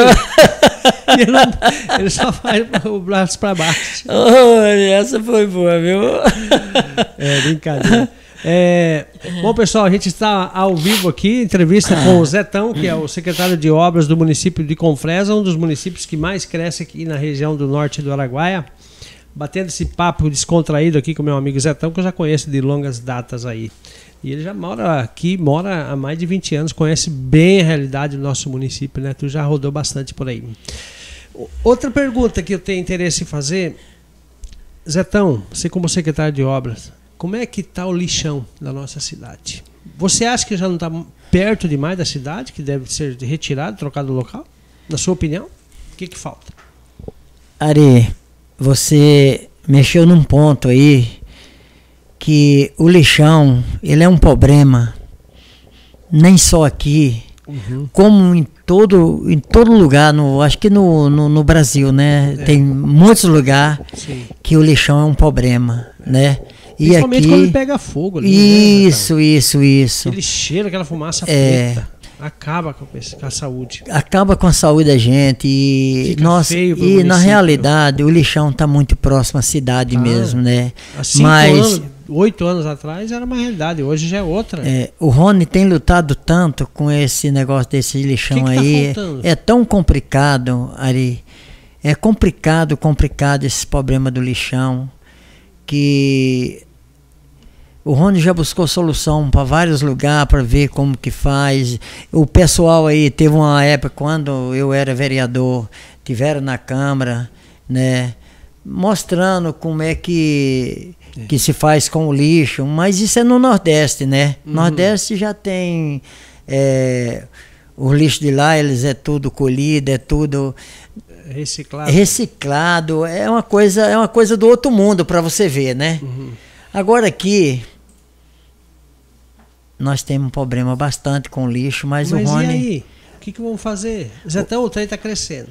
Ele só faz o braço para baixo. Essa foi boa, viu? Brincadeira. Bom, pessoal, a gente está ao vivo aqui, entrevista com o Zetão, que é o secretário de obras do município de Confresa, um dos municípios que mais cresce aqui na região do norte do Araguaia. batendo esse papo descontraído aqui com meu amigo Zetão, que eu já conheço de longas datas aí. E ele já mora aqui, mora há mais de 20 anos, conhece bem a realidade do nosso município, né? Tu já rodou bastante por aí. Outra pergunta que eu tenho interesse em fazer, Zetão, você como secretário de obras, como é que está o lixão da nossa cidade? Você acha que já não está perto demais da cidade, que deve ser retirado, trocado do local? Na sua opinião, o que falta? Ari, você mexeu num ponto aí que o lixão, ele é um problema, nem só aqui, como em todo lugar, acho que no Brasil, né? Tem muitos lugares que o lixão é um problema, né? E principalmente aqui, quando ele pega fogo ali, isso. Aquele cheiro, aquela fumaça preta, acaba com a saúde. Acaba com a saúde da gente e, na realidade o lixão está muito próximo à cidade mesmo, né? Há 8 anos atrás era uma realidade, hoje já é outra. O Rony tem lutado tanto com esse negócio desse lixão aí. Tá faltando? É tão complicado, Ari. É complicado esse problema do lixão, que o Rony já buscou solução para vários lugares para ver como que faz. O pessoal aí teve uma época quando eu era vereador, tiveram na Câmara, né, mostrando como é que se faz com o lixo, mas isso é no Nordeste, né? Nordeste já tem o lixo de lá, eles é tudo colhido, é tudo reciclado, é uma coisa do outro mundo para você ver, né? Agora aqui nós temos um problema bastante com o lixo, mas o Rony... e aí? O que vamos fazer? Zetão, o trem está crescendo.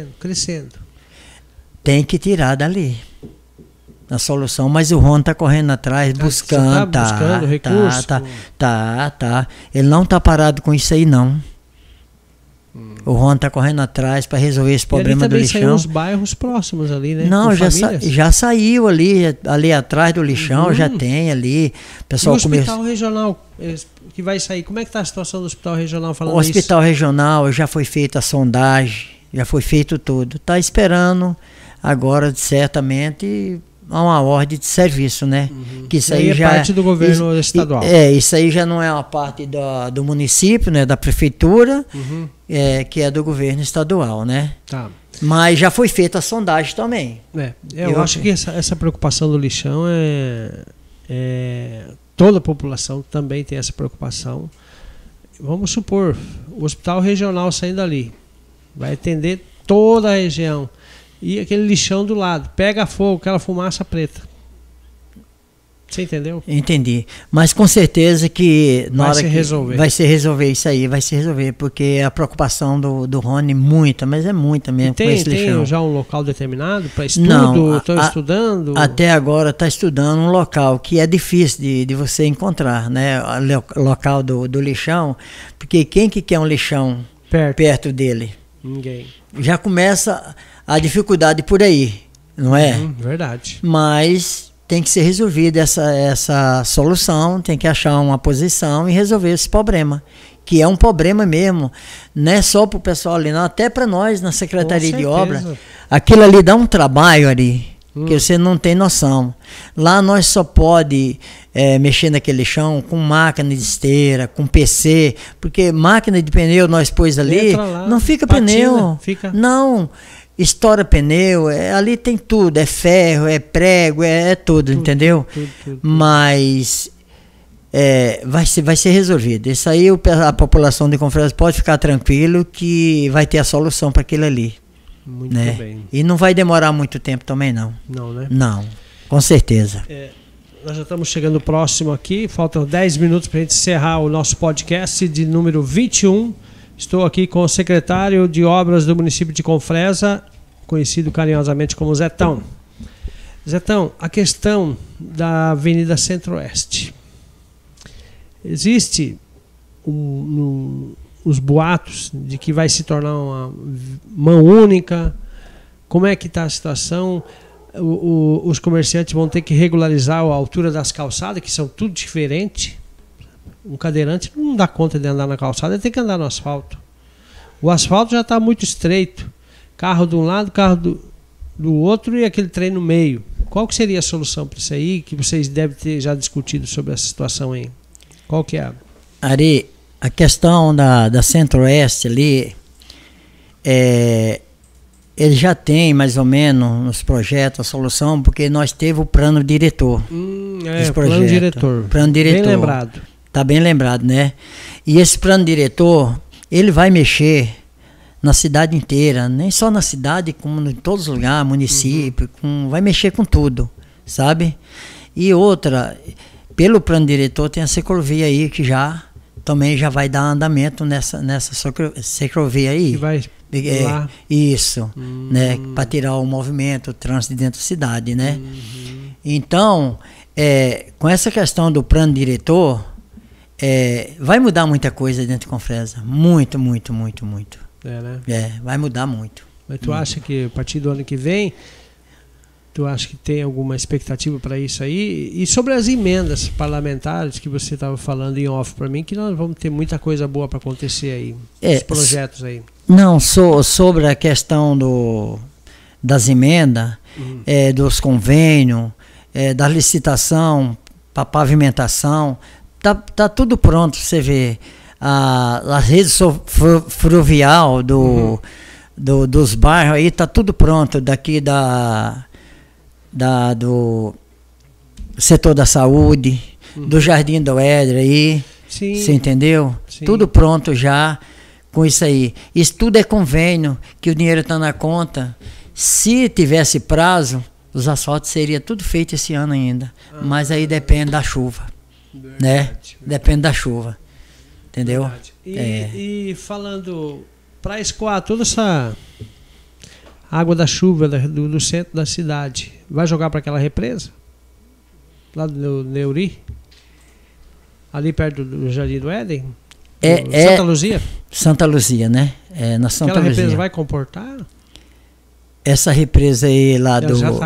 Tem que tirar dali a solução, mas o Rony está correndo atrás, buscando, buscando recursos. Tá. Ele não está parado com isso aí, não. O Rony está correndo atrás para resolver esse problema do lixão. Saiu os bairros próximos ali, né? Não, já saiu ali atrás do lixão, já tem ali. O pessoal hospital regional que vai sair, como é que está a situação do hospital regional falando isso? O hospital regional já foi feita a sondagem, já foi feito tudo. Está esperando agora, certamente, uma ordem de serviço, né? Que isso aí já é parte do governo estadual. Isso aí já não é uma parte do município, né? Da prefeitura, que é do governo estadual, né? Tá. Mas já foi feita a sondagem também. Eu acho que essa preocupação do lixão toda a população também tem essa preocupação. Vamos supor, o hospital regional saindo ali, vai atender toda a região. E aquele lixão do lado, pega fogo, aquela fumaça preta. Você entendeu? Entendi. Mas com certeza que vai se resolver isso aí, vai se resolver, porque a preocupação do Rony muita, mas é muita mesmo com esse lixão. Tem já um local determinado para estudo? Não, estão estudando? Até agora está estudando um local que é difícil de você encontrar, né? O local do lixão, porque quem que quer um lixão perto dele? Ninguém. Já começa a dificuldade por aí, não é? Verdade. Mas tem que ser resolvida essa solução, tem que achar uma posição e resolver esse problema, que é um problema mesmo, não é só para o pessoal ali, não, até para nós na Secretaria de Obras. Aquilo ali dá um trabalho ali, que você não tem noção. Lá nós só pode mexer naquele chão com máquina de esteira, com PC, porque máquina de pneu nós pôs ali, não fica pneu, não, estoura pneu, ali tem tudo, é ferro, é prego, é tudo, entendeu? Tudo. Mas vai ser resolvido. Isso aí a população de Confresa pode ficar tranquilo que vai ter a solução para aquilo ali. Muito bem. E não vai demorar muito tempo também, não. Não, né? Não, com certeza. Nós já estamos chegando próximo aqui, faltam 10 minutos para a gente encerrar o nosso podcast de número 21. Estou aqui com o secretário de Obras do município de Confresa, conhecido carinhosamente como Zetão. Zetão, a questão da Avenida Centro-Oeste. Existe os boatos de que vai se tornar uma mão única. Como é que está a situação? Os comerciantes vão ter que regularizar a altura das calçadas, que são tudo diferente. Um cadeirante não dá conta de andar na calçada, ele tem que andar no asfalto. O asfalto já está muito estreito. Carro de um lado, carro do outro e aquele trem no meio. Qual que seria a solução para isso aí, que vocês devem ter já discutido sobre essa situação aí? Qual que é? Ari, a questão da Centro-Oeste ali, ele já tem mais ou menos nos projetos a solução, porque nós teve o plano diretor. Plano diretor. Plano diretor. Bem lembrado. Tá bem lembrado, né? E esse plano diretor, ele vai mexer na cidade inteira, nem só na cidade, como em todos os lugares, município, vai mexer com tudo, sabe? E outra, pelo plano diretor tem a ciclovia aí que também já vai dar andamento nessa ciclovia aí. Que vai lá. Isso, né? Para tirar o movimento, o trânsito dentro da cidade, né? Então, com essa questão do plano diretor, vai mudar muita coisa dentro de Confresa. Muito, muito, muito, muito. Né? Vai mudar muito. Mas tu acha que a partir do ano que vem, tu acha que tem alguma expectativa para isso aí? E sobre as emendas parlamentares que você estava falando em off para mim, que nós vamos ter muita coisa boa para acontecer aí, os projetos aí. Não, sobre a questão das emendas, dos convênios, da licitação para pavimentação, tá tudo pronto, você vê. A rede fluvial dos bairros aí tá tudo pronto, daqui do setor da saúde, do Jardim do Éder aí, você entendeu? Sim. Tudo pronto já com isso aí. Isso tudo é convênio, que o dinheiro está na conta. Se tivesse prazo, os asfaltos seria tudo feito esse ano ainda, mas aí depende da chuva, né? Depende da chuva. Entendeu? E falando, para escoar toda essa água da chuva do centro da cidade, vai jogar para aquela represa? Lá do Neuri? Ali perto do Jardim do Éden? Santa Luzia? Santa Luzia, né? Na Santa Luzia. Aquela represa vai comportar? Essa represa aí lá Ela já tá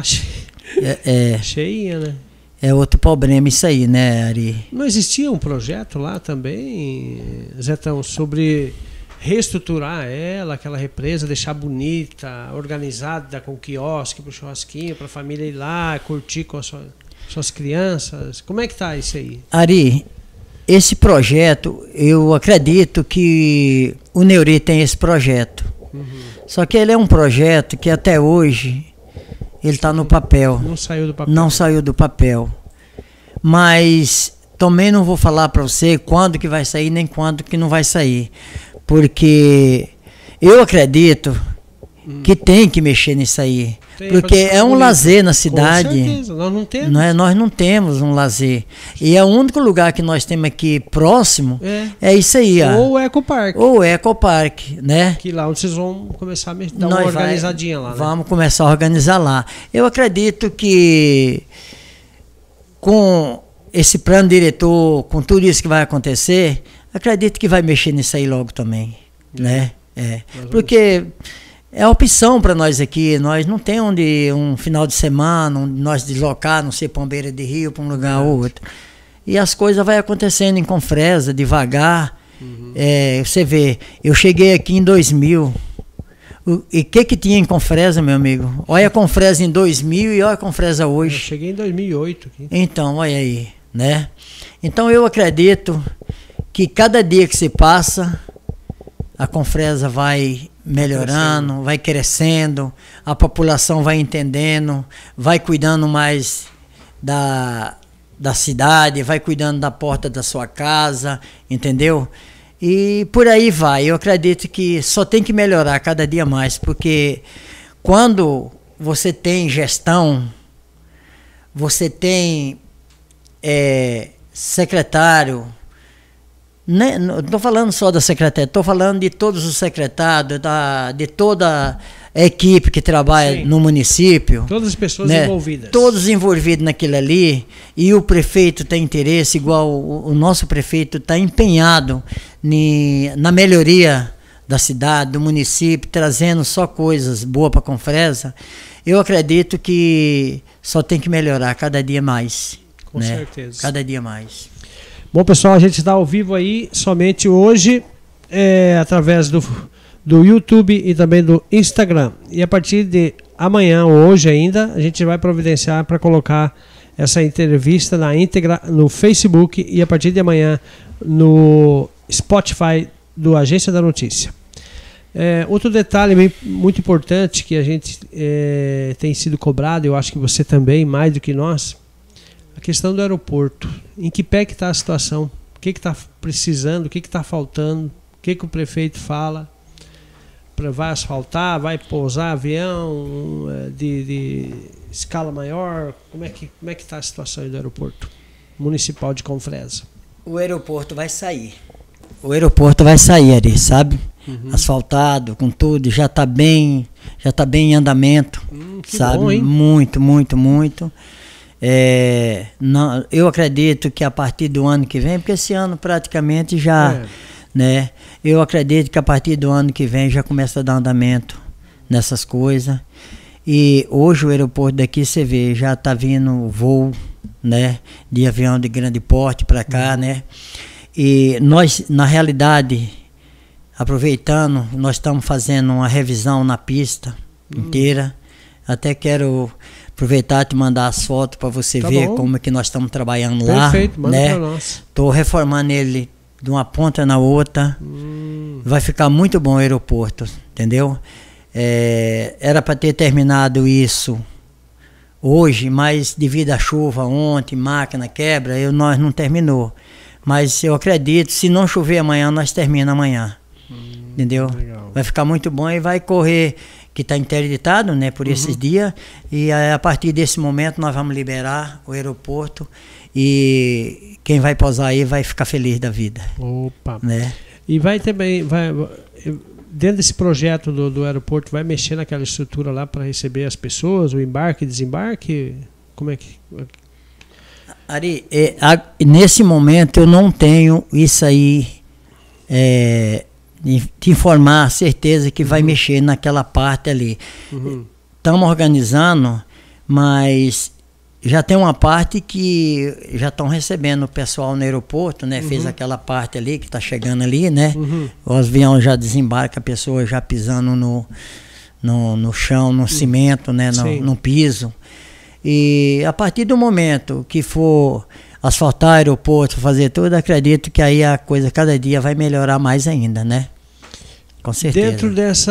cheinha, né? É outro problema isso aí, né, Ari? Não existia um projeto lá também, Zetão, sobre reestruturar aquela represa, deixar bonita, organizada, com quiosque pro churrasquinho, para a família ir lá, curtir com as suas crianças? Como é que tá isso aí? Ari, esse projeto, eu acredito que o Neuri tem esse projeto. Só que ele é um projeto que até hoje ele está no papel. Não saiu do papel. Não saiu do papel. Mas também não vou falar para você quando que vai sair, nem quando que não vai sair. Porque eu acredito que tem que mexer nisso aí. Porque é um lazer na cidade. Com certeza, nós não temos. Nós não temos um lazer. E é o único lugar que nós temos aqui próximo, é isso aí. Ou o Ecopark. Ou o Ecopark, né? Que lá onde vocês vão começar a dar uma organizadinha lá, né? Vamos começar a organizar lá. Eu acredito que com esse plano diretor, com tudo isso que vai acontecer, acredito que vai mexer nisso aí logo também, né? Porque é opção para nós aqui. Nós não temos um final de semana, onde nós deslocar, não sei, para uma beira de rio, para um lugar ou outro. E as coisas vão acontecendo em Confresa, devagar. Você vê, eu cheguei aqui em 2000. E o que tinha em Confresa, meu amigo? Olha a Confresa em 2000 e olha a Confresa hoje. Eu cheguei em 2008 aqui. Então, olha aí, né? Então eu acredito que cada dia que se passa, a Confresa vai melhorando, vai crescendo, a população vai entendendo, vai cuidando mais da cidade, vai cuidando da porta da sua casa, entendeu? E por aí vai. Eu acredito que só tem que melhorar cada dia mais, porque quando você tem gestão, você tem secretário. Não estou falando só da secretária, estou falando de todos os secretários, de toda a equipe que trabalha no município. Todas as pessoas envolvidas. Todos envolvidos naquilo ali, e o prefeito tem interesse, igual o nosso prefeito está empenhado na melhoria da cidade, do município, trazendo só coisas boas para Confresa. Eu acredito que só tem que melhorar cada dia mais. Com certeza. Cada dia mais. Bom, pessoal, a gente está ao vivo aí somente hoje, através do YouTube e também do Instagram. E a partir de amanhã ou hoje ainda, a gente vai providenciar para colocar essa entrevista na íntegra no Facebook e a partir de amanhã no Spotify do Agência da Notícia. Outro detalhe muito importante que a gente tem sido cobrado, eu acho que você também, mais do que nós, a questão do aeroporto. Em que pé que está a situação? O que está precisando? O que está faltando? O que o prefeito fala? Vai asfaltar? Vai pousar avião de escala maior? Como é que está a situação aí do aeroporto municipal de Confresa? O aeroporto vai sair. O aeroporto vai sair ali, sabe? Asfaltado, com tudo, já está bem em andamento, sabe? Bom, hein? Muito, muito, muito. Não, eu acredito que a partir do ano que vem, porque esse ano praticamente já, né? Eu acredito que a partir do ano que vem já começa a dar andamento nessas coisas. E hoje o aeroporto daqui, você vê, já está vindo voo, né? De avião de grande porte para cá, né? E nós, na realidade, aproveitando, nós estamos fazendo uma revisão na pista inteira. Até quero aproveitar e te mandar as fotos para você ver como é que nós estamos trabalhando lá. Perfeito, manda né? para nós. Estou reformando ele de uma ponta na outra. Vai ficar muito bom o aeroporto, entendeu? Era para ter terminado isso hoje, mas devido à chuva ontem, máquina quebra, nós não terminou. Mas eu acredito, se não chover amanhã, nós terminamos amanhã. Entendeu? Legal. Vai ficar muito bom e vai correr, que está interditado, né, por esses dias. E a partir desse momento nós vamos liberar o aeroporto e quem vai pousar aí vai ficar feliz da vida. Opa! Né? E vai também, dentro desse projeto do aeroporto, vai mexer naquela estrutura lá para receber as pessoas, o embarque e desembarque? Como é que... Ari, nesse momento eu não tenho isso aí, te informar a certeza que vai mexer naquela parte ali. Estamos organizando, mas já tem uma parte que já estão recebendo o pessoal no aeroporto, né? Fez aquela parte ali que está chegando ali, né? O avião já desembarca, a pessoa já pisando no chão, no cimento, né? No piso. E a partir do momento que for asfaltar aeroporto, fazer tudo, acredito que aí a coisa cada dia vai melhorar mais ainda, né? Com certeza. Dentro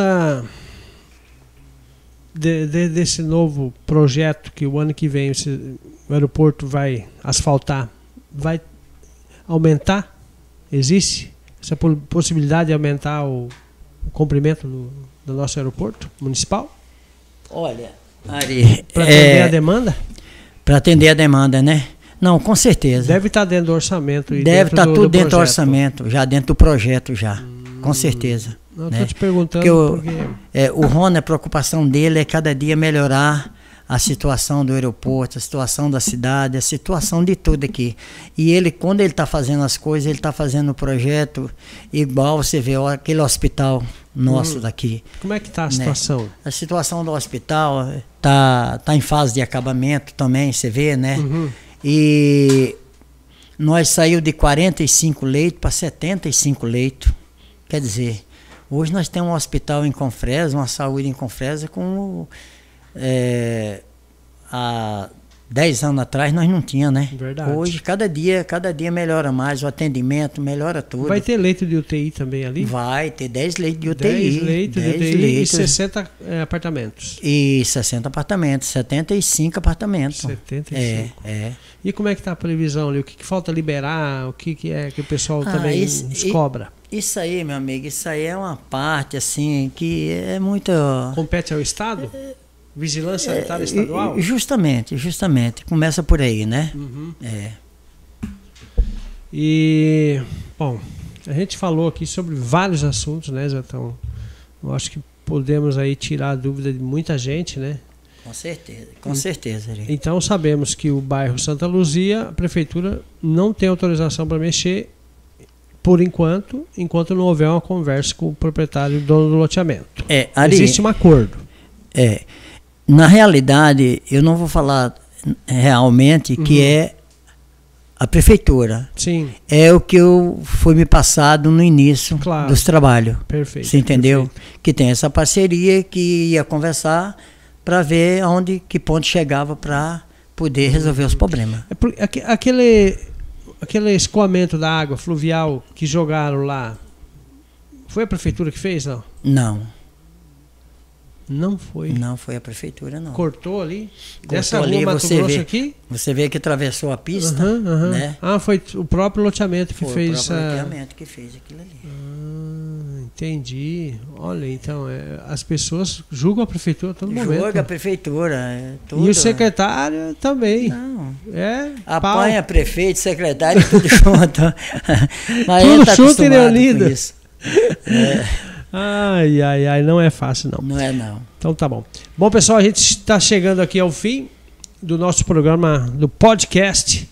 desse novo projeto que o ano que vem o aeroporto vai asfaltar, vai aumentar? Existe essa possibilidade de aumentar o comprimento do nosso aeroporto municipal? Olha, Ari, para atender a demanda? Para atender a demanda, né? Não, com certeza. Deve estar dentro do orçamento. Deve estar tudo dentro do orçamento, já dentro do projeto já, com certeza. Não, né? Estou te perguntando o Rony, a preocupação dele é cada dia melhorar a situação do aeroporto, a situação da cidade, a situação de tudo aqui. E ele, quando ele está fazendo as coisas, ele está fazendo o projeto igual você vê aquele hospital nosso daqui. Como é que está a situação? Né? A situação do hospital tá em fase de acabamento também, você vê, né? E nós saímos de 45 leitos para 75 leitos. Quer dizer, hoje nós temos um hospital em Confresa, uma saúde em Confresa, como há 10 anos atrás nós não tínhamos, né? Verdade. Hoje, cada dia melhora mais, o atendimento melhora tudo. Vai ter leito de UTI também ali? Vai ter 10 leitos de UTI. 10 leitos de UTI leitos. E 60 apartamentos. E 60 apartamentos, 75 apartamentos. 75. E como é que está a previsão ali? O que falta liberar? O que é que o pessoal também nos cobra? Isso aí, meu amigo, isso aí é uma parte assim que é muito... Compete ao Estado? Vigilância sanitária estadual? Justamente. Começa por aí, né? E, bom, a gente falou aqui sobre vários assuntos, né, Zetão? Eu acho que podemos aí tirar a dúvida de muita gente, né? Com certeza. Então sabemos que o bairro Santa Luzia, a prefeitura não tem autorização para mexer por enquanto não houver uma conversa com o proprietário e dono do loteamento. Ari, existe um acordo. Na realidade, eu não vou falar realmente que é a prefeitura. Sim. É o que foi me passado no início dos trabalhos. Perfeito. Você entendeu? Perfeito. Que tem essa parceria que ia conversar para ver aonde, que ponto chegava para poder resolver os problemas. Aquele escoamento da água fluvial que jogaram lá, foi a prefeitura que fez, não? Não. Não foi. Não foi a prefeitura, não. Cortou ali? Cortou Dessa rua ali, Mato Grosso aqui? Você vê que atravessou a pista, né? Ah, foi o próprio loteamento que foi fez. O próprio loteamento que fez aquilo ali. Entendi. Olha, então, as pessoas julgam a prefeitura a todo momento. Julga a prefeitura. Tudo, e o secretário também. Não. Apanha prefeito, secretário, tudo junto. Mas tudo tá junto e reunido. Ai, não é fácil não. Não é não. Então tá bom. Bom, pessoal, a gente está chegando aqui ao fim do nosso programa, do podcast,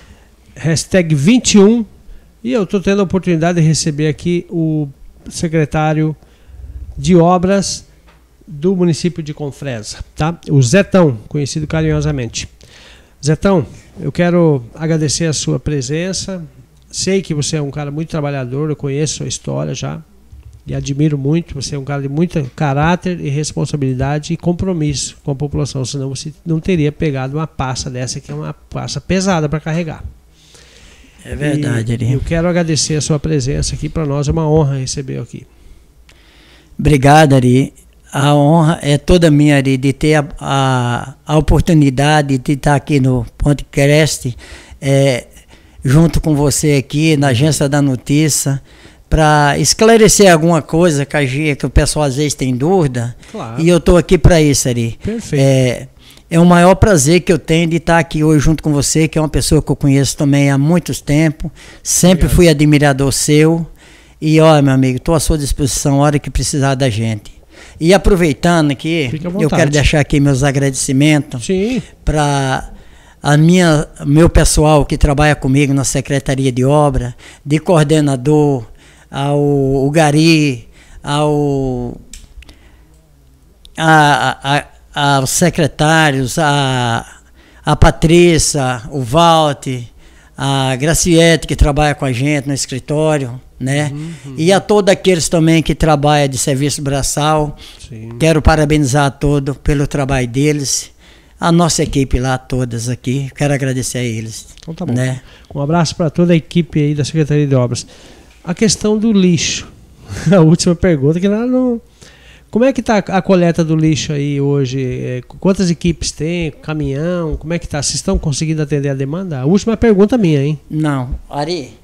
#21, e eu estou tendo a oportunidade de receber aqui o secretário de obras do município de Confresa, tá? O Zetão, conhecido carinhosamente. Zetão, eu quero agradecer a sua presença. Sei que você é um cara muito trabalhador, eu conheço a sua história já e admiro muito. Você é um cara de muito caráter e responsabilidade e compromisso com a população, senão você não teria pegado uma pasta dessa, que é uma pasta pesada para carregar. É verdade, Ari. Eu quero agradecer a sua presença aqui, para nós é uma honra receber aqui. Obrigado, Ari. A honra é toda minha, Ari, de ter a oportunidade de estar aqui no podcast, junto com você aqui na Agência da Notícia, para esclarecer alguma coisa que o pessoal às vezes tem dúvida. Claro. E eu estou aqui para isso, Ari. Perfeito. É o maior prazer que eu tenho de estar aqui hoje junto com você, que é uma pessoa que eu conheço também há muitos tempos. Sempre fui admirador seu. E, olha, meu amigo, estou à sua disposição a hora que precisar da gente. E aproveitando aqui, eu quero deixar aqui meus agradecimentos para meu pessoal que trabalha comigo na Secretaria de Obra, de coordenador, ao Gari, aos secretários, a Patrícia, o Walter, a Graciete, que trabalha com a gente no escritório, né? E a todos aqueles também que trabalham de serviço braçal. Quero parabenizar a todos pelo trabalho deles. A nossa equipe lá, todas aqui, quero agradecer a eles. Então tá bom. Né? Um abraço para toda a equipe aí da Secretaria de Obras. A questão do lixo, a última pergunta, que lá não... Como é que está a coleta do lixo aí hoje? Quantas equipes tem? Caminhão? Como é que está? Vocês estão conseguindo atender a demanda? A última pergunta minha, hein? Não, Ari,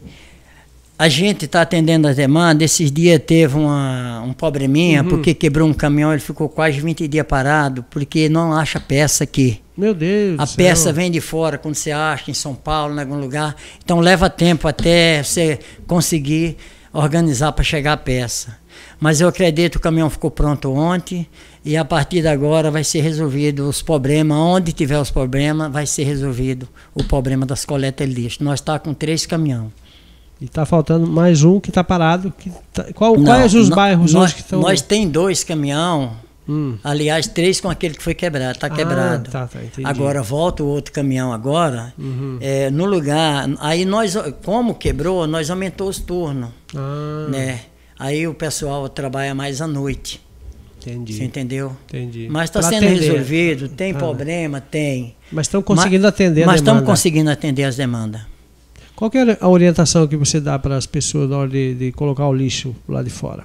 a gente está atendendo a demanda. Esses dias teve um probleminha, porque quebrou um caminhão, ele ficou quase 20 dias parado, porque não acha peça aqui. Meu Deus do céu. A peça vem de fora, quando você acha, em São Paulo, em algum lugar. Então leva tempo até você conseguir organizar para chegar a peça. Mas eu acredito que o caminhão ficou pronto ontem e a partir de agora vai ser resolvido os problemas. Onde tiver os problemas, vai ser resolvido o problema das coletas de lixo. Nós estamos com 3 caminhões. E está faltando mais um que está parado. Quais os bairros hoje que estão... Nós tem 2 caminhões, aliás, 3 com aquele que foi quebrado, está quebrado. Entendi. Agora volta o outro caminhão agora, no lugar. Aí nós, como quebrou, nós aumentou os turnos, né? Aí o pessoal trabalha mais à noite. Entendi. Você entendeu? Entendi. Mas está sendo resolvido, tem problema, tem. Mas estão conseguindo atender a demanda. Mas estamos conseguindo atender as demandas. Qual que é a orientação que você dá para as pessoas na hora de colocar o lixo lá de fora?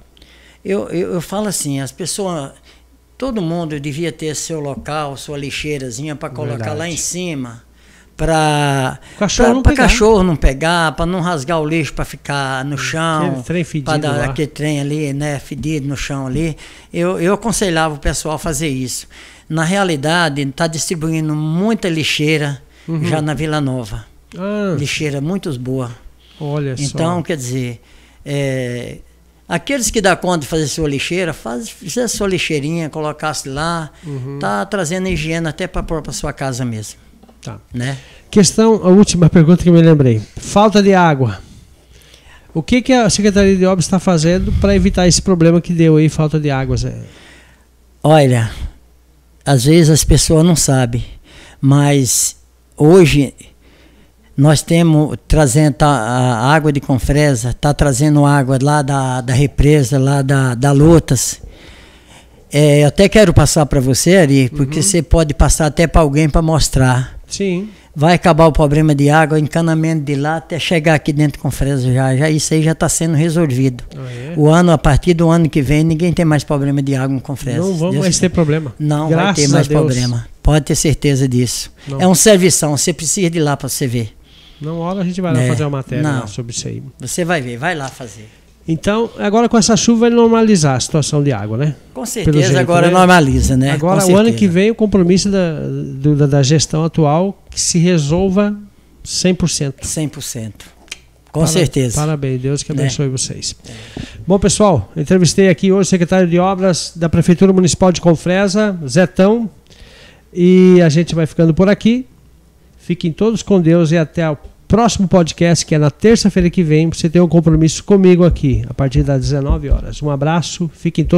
Eu falo assim, as pessoas, todo mundo devia ter seu local, sua lixeirazinha para colocar lá em cima. Para cachorro não pegar, para não rasgar o lixo, para ficar no chão, para dar aquele trem ali, né, fedido no chão ali. Eu aconselhava o pessoal a fazer isso. Na realidade, está distribuindo muita lixeira já na Vila Nova. Lixeira muito boa. Olha só. Então, quer dizer, aqueles que dão conta de fazer sua lixeira, fizer sua lixeirinha, colocasse lá, tá trazendo higiene até para a própria sua casa mesmo. Tá. Né? A última pergunta que eu me lembrei. Falta de água. O que a Secretaria de Obras está fazendo para evitar esse problema que deu aí, falta de água, Zé? Olha, às vezes as pessoas não sabem, mas hoje nós temos trazendo a água de Confresa, está trazendo água lá da represa, lá da Lutas. Eu até quero passar para você, Ari, porque você pode passar até para alguém para mostrar. Sim. Vai acabar o problema de água, encanamento de lá, até chegar aqui dentro com fresa já isso aí já está sendo resolvido. A partir do ano que vem, ninguém tem mais problema de água com fresa. Não vamos mais ter problema. Não vai ter mais problema. Pode ter certeza disso. Não. É um servição, você precisa de ir lá para você ver. Não, hora a gente vai lá fazer uma matéria lá sobre isso aí. Você vai ver, vai lá fazer. Então, agora com essa chuva vai normalizar a situação de água, né? Com certeza, jeito, agora normaliza, né? Agora, o ano que vem, o compromisso da gestão atual que se resolva 100%. 100%. Com certeza. Parabéns, Deus que abençoe vocês. Bom, pessoal, entrevistei aqui hoje o secretário de Obras da Prefeitura Municipal de Confresa, Zetão, e a gente vai ficando por aqui. Fiquem todos com Deus e até o próximo podcast, que é na terça-feira que vem. Você tem um compromisso comigo aqui, a partir das 19 horas. Um abraço, fiquem todos